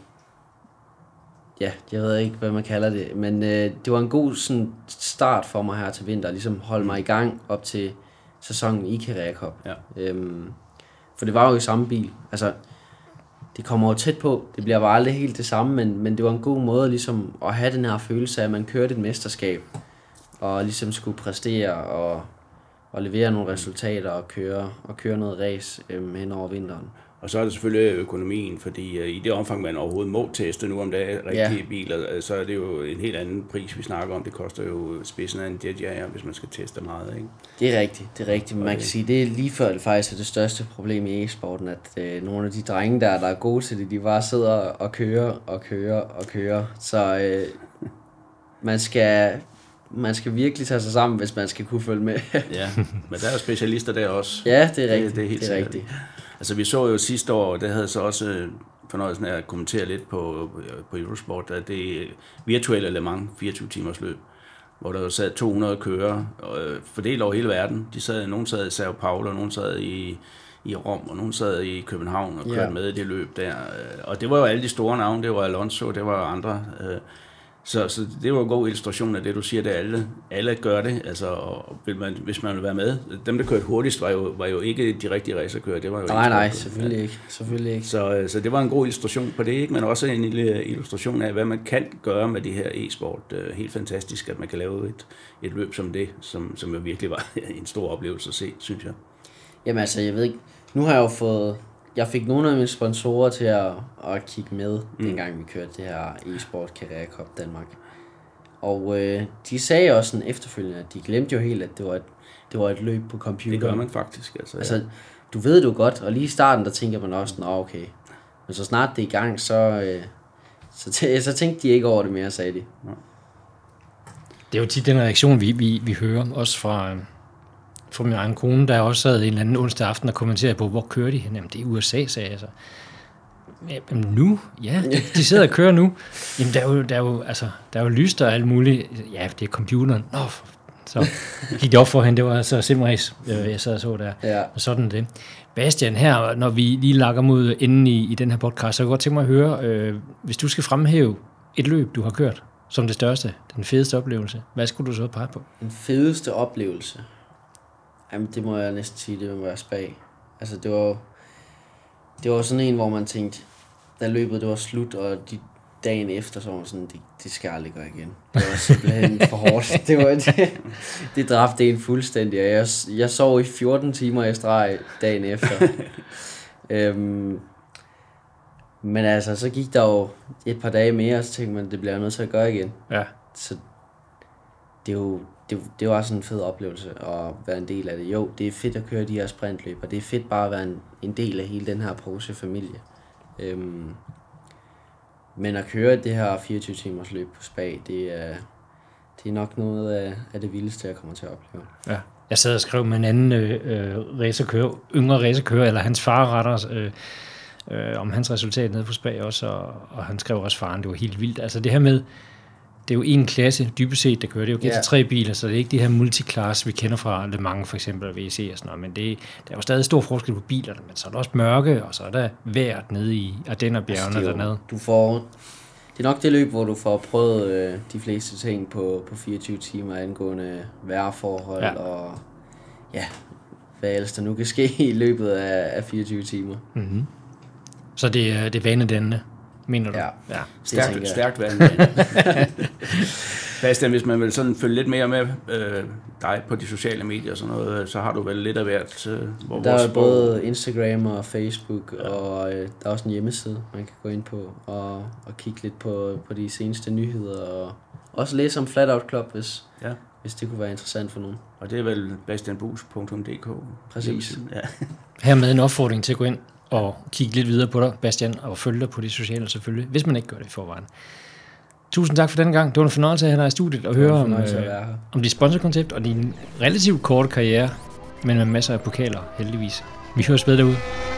ja, jeg ved ikke, hvad man kalder det, men øh, det var en god sådan, start for mig her til vinter, ligesom holde mig i gang op til sæsonen i Carrera Cup. Ja. Øhm, for det var jo i samme bil. Altså, det kommer jo tæt på. Det bliver bare aldrig helt det samme, men, men det var en god måde ligesom at have den her følelse af, at man kørte et mesterskab, og ligesom skulle præstere og, og levere nogle resultater og køre, og køre noget race øhm, hen over vinteren. Og så er det selvfølgelig økonomien, fordi uh, i det omfang, man overhovedet må teste nu om dagen rigtige ja. biler, så er det jo en helt anden pris, vi snakker om. Det koster jo spidsen af en Jetjager, hvis man skal teste meget, ikke? Det er rigtigt, det er rigtigt. Men man kan sige, det er lige før det faktisk er det største problem i e-sporten, at øh, nogle af de drenge der, der er gode til det, de bare sidder og kører og kører og kører. Så øh, man skal... Man skal virkelig tage sig sammen, hvis man skal kunne følge med. Ja, men der er jo specialister der også. Ja, det er rigtigt. Det, det er, helt det er rigtigt. Altså vi så jo sidste år, det havde så også fornøjelsen af at kommentere lidt på, på Eurosport, at det virtuelle Le Mans fireogtyve timers løb, hvor der jo sad to hundrede kører fordelt over hele verden. De sad, nogen sad i Sao Paulo, og nogen sad i, i Rom, og nogen sad i København og kørte ja. med i det løb der. Og det var jo alle de store navne, det var Alonso, det var andre. Så, så det var en god illustration af det, du siger, det alle, alle gør det, altså, og vil man, hvis man vil være med. Dem, der kørte hurtigst, var jo, var jo ikke de rigtige racerkører. Det var jo nej, nej, selvfølgelig ikke. Selvfølgelig ikke. Så, så det var en god illustration på det, ikke? Men også en lille illustration af, hvad man kan gøre med det her e-sport. Helt fantastisk, at man kan lave et, et løb som det, som, som jo virkelig var en stor oplevelse at se, synes jeg. Jamen altså, jeg ved ikke, nu har jeg jo fået, jeg fik nogle af mine sponsorer til at, at kigge med, mm. dengang vi kørte det her e-sport Carrera Cup Danmark. Og øh, de sagde også sådan efterfølgende, at de glemte jo helt, at det var et, det var et løb på computer. Det gør man faktisk. Altså, ja. altså du ved det jo godt, og lige i starten, der tænker man også, nå okay. Men så snart det er i gang, så, øh, så, t- så tænkte de ikke over det mere, sagde de. Ja. Det er jo tit den reaktion, vi, vi, vi hører, også fra, fra min egen kone, der også sad en eller anden onsdag aften og kommenterede på, hvor kører de hen? Jamen, det er U S A, sagde jeg så. Jamen nu? Ja, de sidder og kører nu. Jamen, der er jo, der er jo, altså, der er jo lyster og alt muligt. Ja, det er computeren. Nå, så gik det op for hende, det var så simrace, jeg sad og så der. Ja. Og sådan det. Bastian, her, når vi lige lakker mod enden i, i den her podcast, så kan jeg godt tænke mig at høre, øh, hvis du skal fremhæve et løb, du har kørt, som det største, den fedeste oplevelse, hvad skulle du så pege på? Den fedeste oplevelse? Jamen, det må jeg næsten sige, det må være Spag. Altså, det var det var sådan en, hvor man tænkte, da løbet det var slut, og de dagen efter, så var man sådan, det, det skal jeg aldrig gøre igen. Det var simpelthen for hårdt. Det, var, det, det dræbte en fuldstændig, og jeg, jeg sov i fjorten timer i streg dagen efter. øhm, men altså, så gik der jo et par dage mere, og så tænkte man, det bliver jeg nødt til at gøre igen. Ja. Så det er jo det, det var sådan en fed oplevelse at være en del af det. Jo, det er fedt at køre de her sprintløb, og det er fedt bare at være en, en del af hele den her Porsche-familie. Øhm, men at køre det her fireogtyve timers løb på Spag, det er, det er nok noget af, af det vildeste, jeg kommer til at opleve. Ja. Jeg sad og skrev med en anden øh, racerkører, yngre racerkører, eller hans far retter, øh, øh, om hans resultat nede på Spag også, og, og han skrev også faren, det var helt vildt. Altså det her med, det er jo en klasse, dybest set, der kører. Det er jo G T tre biler, så det er ikke de her multiklasse, vi kender fra Le Mans for eksempel, og V C og sådan noget, men det, der er jo stadig stor forskel på bilerne, men så er der også mørke, og så er der vejret nede i Ardennerbjergene altså, dernede. Du får, det er nok det løb, hvor du får prøvet øh, de fleste ting på, på fireogtyve timer angående vejrforhold, ja. Og ja, hvad ellers der nu kan ske i løbet af, af fireogtyve timer. Mm-hmm. Så det er, det er vanedannende, mener du? Ja, ja. Stærkt, stærkt vanedannende. Bastian, hvis man vil sådan følge lidt mere med øh, dig på de sociale medier og sådan noget, så har du vel lidt af hvert. Øh, hvor der er både Instagram og Facebook, ja. Og øh, der er også en hjemmeside, man kan gå ind på og, og kigge lidt på, på de seneste nyheder, og også læse om Flat Out Club, hvis, ja. hvis det kunne være interessant for nogen. Og det er vel bastian buus punktum d k. Præcis. Ja. Hermed en opfordring til at gå ind og kigge lidt videre på dig, Bastian, og følge dig på de sociale selvfølgelig, hvis man ikke gør det i forvejen. Tusind tak for den gang. Det var en fornøjelse at have dig i studiet og høre om, øh, om dit sponsorkoncept og din relativt korte karriere, men med masser af pokaler, heldigvis. Vi høres ved derude.